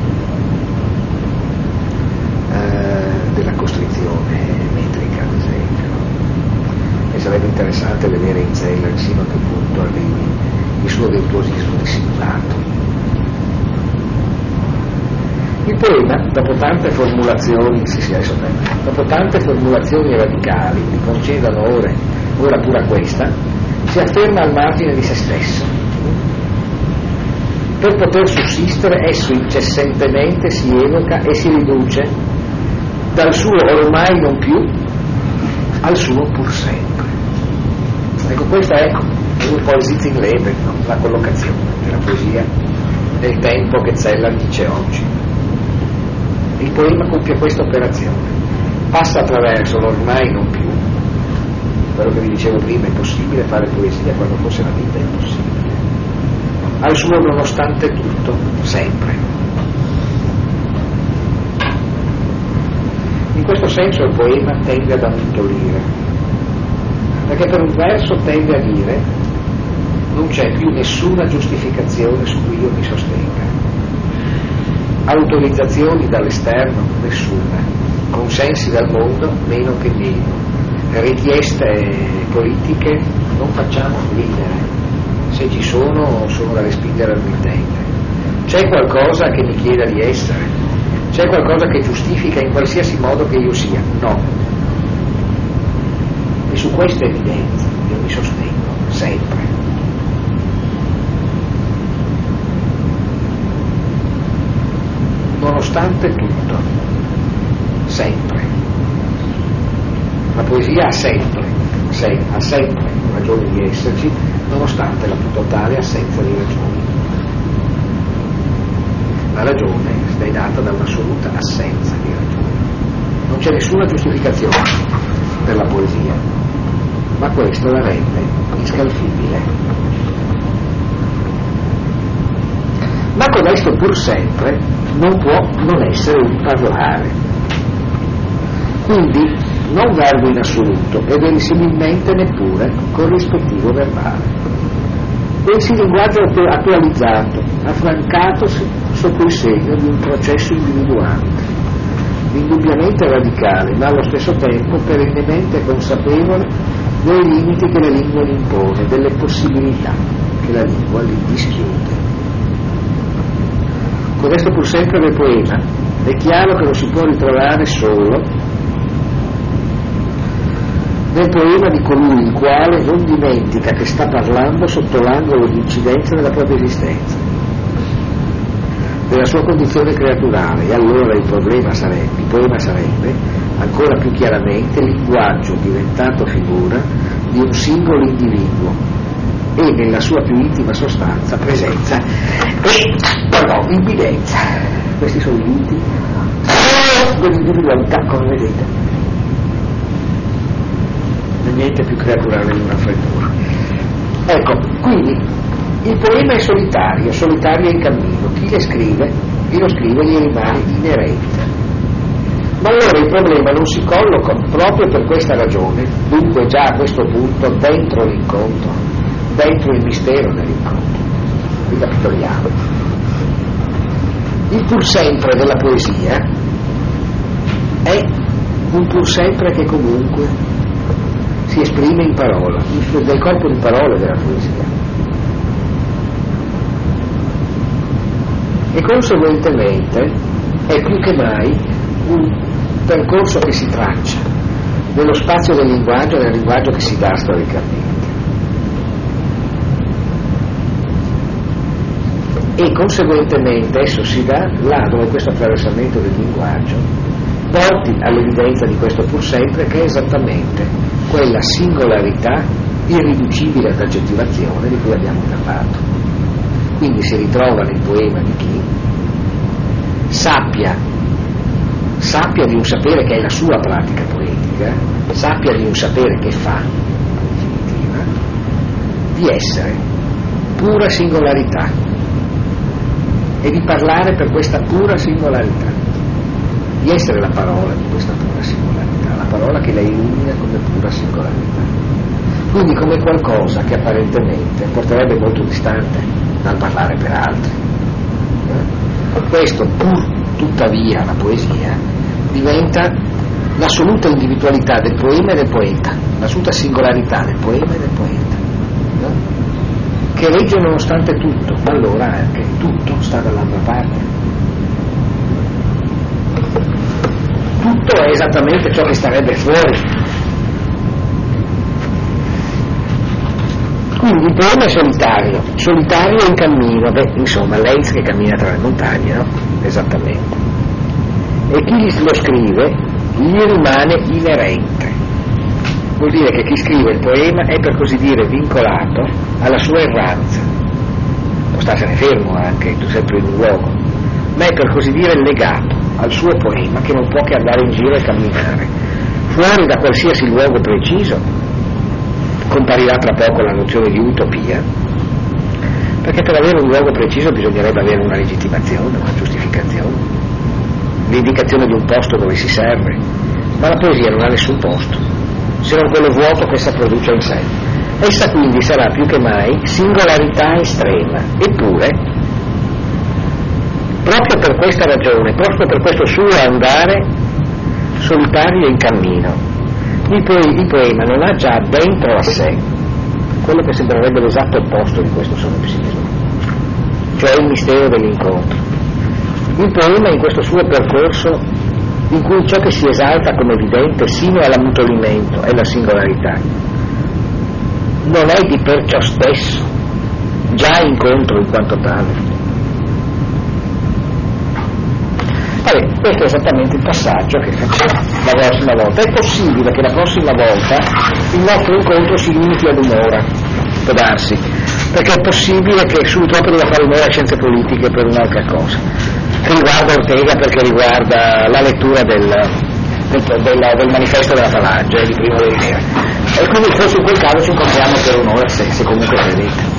eh, della costrizione metrica, ad esempio. E sarebbe interessante vedere in Zeller sino a che punto arrivi il suo virtuosismo dissimulato. Il poema, dopo tante formulazioni, sì, sì, adesso dopo tante formulazioni radicali, mi concedano ora, ora pura questa, si afferma al margine di se stesso. Per poter sussistere, esso incessantemente si evoca e si riduce dal suo ormai non più al suo pur sempre. Ecco, questa è un po' il Sitting-Leben, no? La collocazione della poesia nel tempo che Zeller dice oggi. Il poema compie questa operazione, passa attraverso l'ormai non più, quello che vi dicevo prima, è possibile fare poesia quando forse la vita è impossibile, al suo nonostante tutto, sempre. In questo senso il poema tende ad ammutolire, perché per un verso tende a dire non c'è più nessuna giustificazione su cui io mi sostenga, autorizzazioni dall'esterno nessuna, consensi dal mondo meno che meno, richieste politiche non facciamo ridere, se ci sono sono da respingere al mittente. C'è qualcosa che mi chieda di essere? C'è qualcosa che giustifica in qualsiasi modo che io sia? No. E su questa evidenza io mi sostengo sempre. Nonostante tutto, sempre. La poesia ha sempre, se, ha sempre ragione di esserci, nonostante la più totale assenza di ragioni. La ragione è data da un'assoluta assenza di ragione. Non c'è nessuna giustificazione per la poesia, ma questo la rende inscalfibile. Ma codesto pur sempre non può non essere un parlare. Quindi non verbo in assoluto e verosimilmente neppure corrispettivo verbale. Bensì linguaggio attualizzato, affrancatosi sotto il segno di un processo individuante, indubbiamente radicale, ma allo stesso tempo perennemente consapevole dei limiti che la lingua gli impone, delle possibilità che la lingua gli dischiude. Codesto pur sempre del poema è chiaro che lo si può ritrovare solo nel poema di colui il quale non dimentica che sta parlando sotto l'angolo di incidenza della propria esistenza, della sua condizione creaturale, e allora il problema sarebbe, il poema sarebbe ancora più chiaramente linguaggio diventato figura di un singolo individuo e nella sua più intima sostanza presenza e pardon, imminenza. Questi sono i limiti dell'individualità, come vedete. Niente più creaturale di una freddura. Ecco, quindi il poema è solitario, solitario è in cammino. Chi le scrive, chi lo scrive gli rimane inerente. Ma allora il problema non si colloca proprio per questa ragione, dunque già a questo punto dentro l'incontro, dentro il mistero dell'incontro. Ricapitoliamo. Il pur sempre della poesia è un pur sempre che comunque si esprime in parola, del corpo di parole della poesia. E conseguentemente è più che mai un percorso che si traccia nello spazio del linguaggio e nel linguaggio che si dà storicamente. E conseguentemente esso si dà là dove questo attraversamento del linguaggio porti all'evidenza di questo pur sempre, che è esattamente quella singolarità irriducibile ad aggettivazione di cui abbiamo parlato. Quindi si ritrova nel poema di chi sappia sappia di un sapere che è la sua pratica poetica, sappia di un sapere che fa, in definitiva, di essere pura singolarità e di parlare per questa pura singolarità, di essere la parola di questa pura singolarità, la parola che la illumina come pura singolarità, quindi come qualcosa che apparentemente porterebbe molto distante dal parlare per altri. Questo pur tuttavia la poesia diventa l'assoluta individualità del poema e del poeta, l'assoluta singolarità del poema e del poeta, no? Che regge nonostante tutto, ma allora anche tutto sta dall'altra parte. Tutto è esattamente ciò che starebbe fuori. Quindi il poema è solitario, solitario in cammino, beh, insomma, Lenz che cammina tra le montagne, no? Esattamente. E chi lo scrive gli rimane inerente. Vuol dire che chi scrive il poema è, per così dire, vincolato alla sua erranza. Può starsene fermo anche, tu sempre in un luogo, ma è, per così dire, legato al suo poema, che non può che andare in giro e camminare. Fuori da qualsiasi luogo preciso, comparirà tra poco la nozione di utopia, perché per avere un luogo preciso bisognerebbe avere una legittimazione, una giustificazione, l'indicazione di un posto dove si serve, ma la poesia non ha nessun posto, se non quello vuoto che essa produce in sé. Essa quindi sarà più che mai singolarità estrema, eppure, proprio per questa ragione, proprio per questo suo andare solitario in cammino, il, poe- il poema non ha già dentro a sé quello che sembrerebbe l'esatto opposto di questo solipsismo, cioè il mistero dell'incontro. Il poema in questo suo percorso, in cui ciò che si esalta come evidente sino all'ammutolimento è la singolarità, non è di per ciò stesso già incontro in quanto tale. Vabbè, questo è esattamente il passaggio che facciamo la prossima volta. È possibile che la prossima volta il nostro incontro si limiti ad un'ora, può darsi, perché è possibile che subito dopo debba fare un'ora a scienze politiche per un'altra cosa, che riguarda Ortega, perché riguarda la lettura del, del, del, del manifesto della Falange, di Primo de Rivera. E quindi forse in quel caso ci incontriamo per un'ora, se, se comunque credete.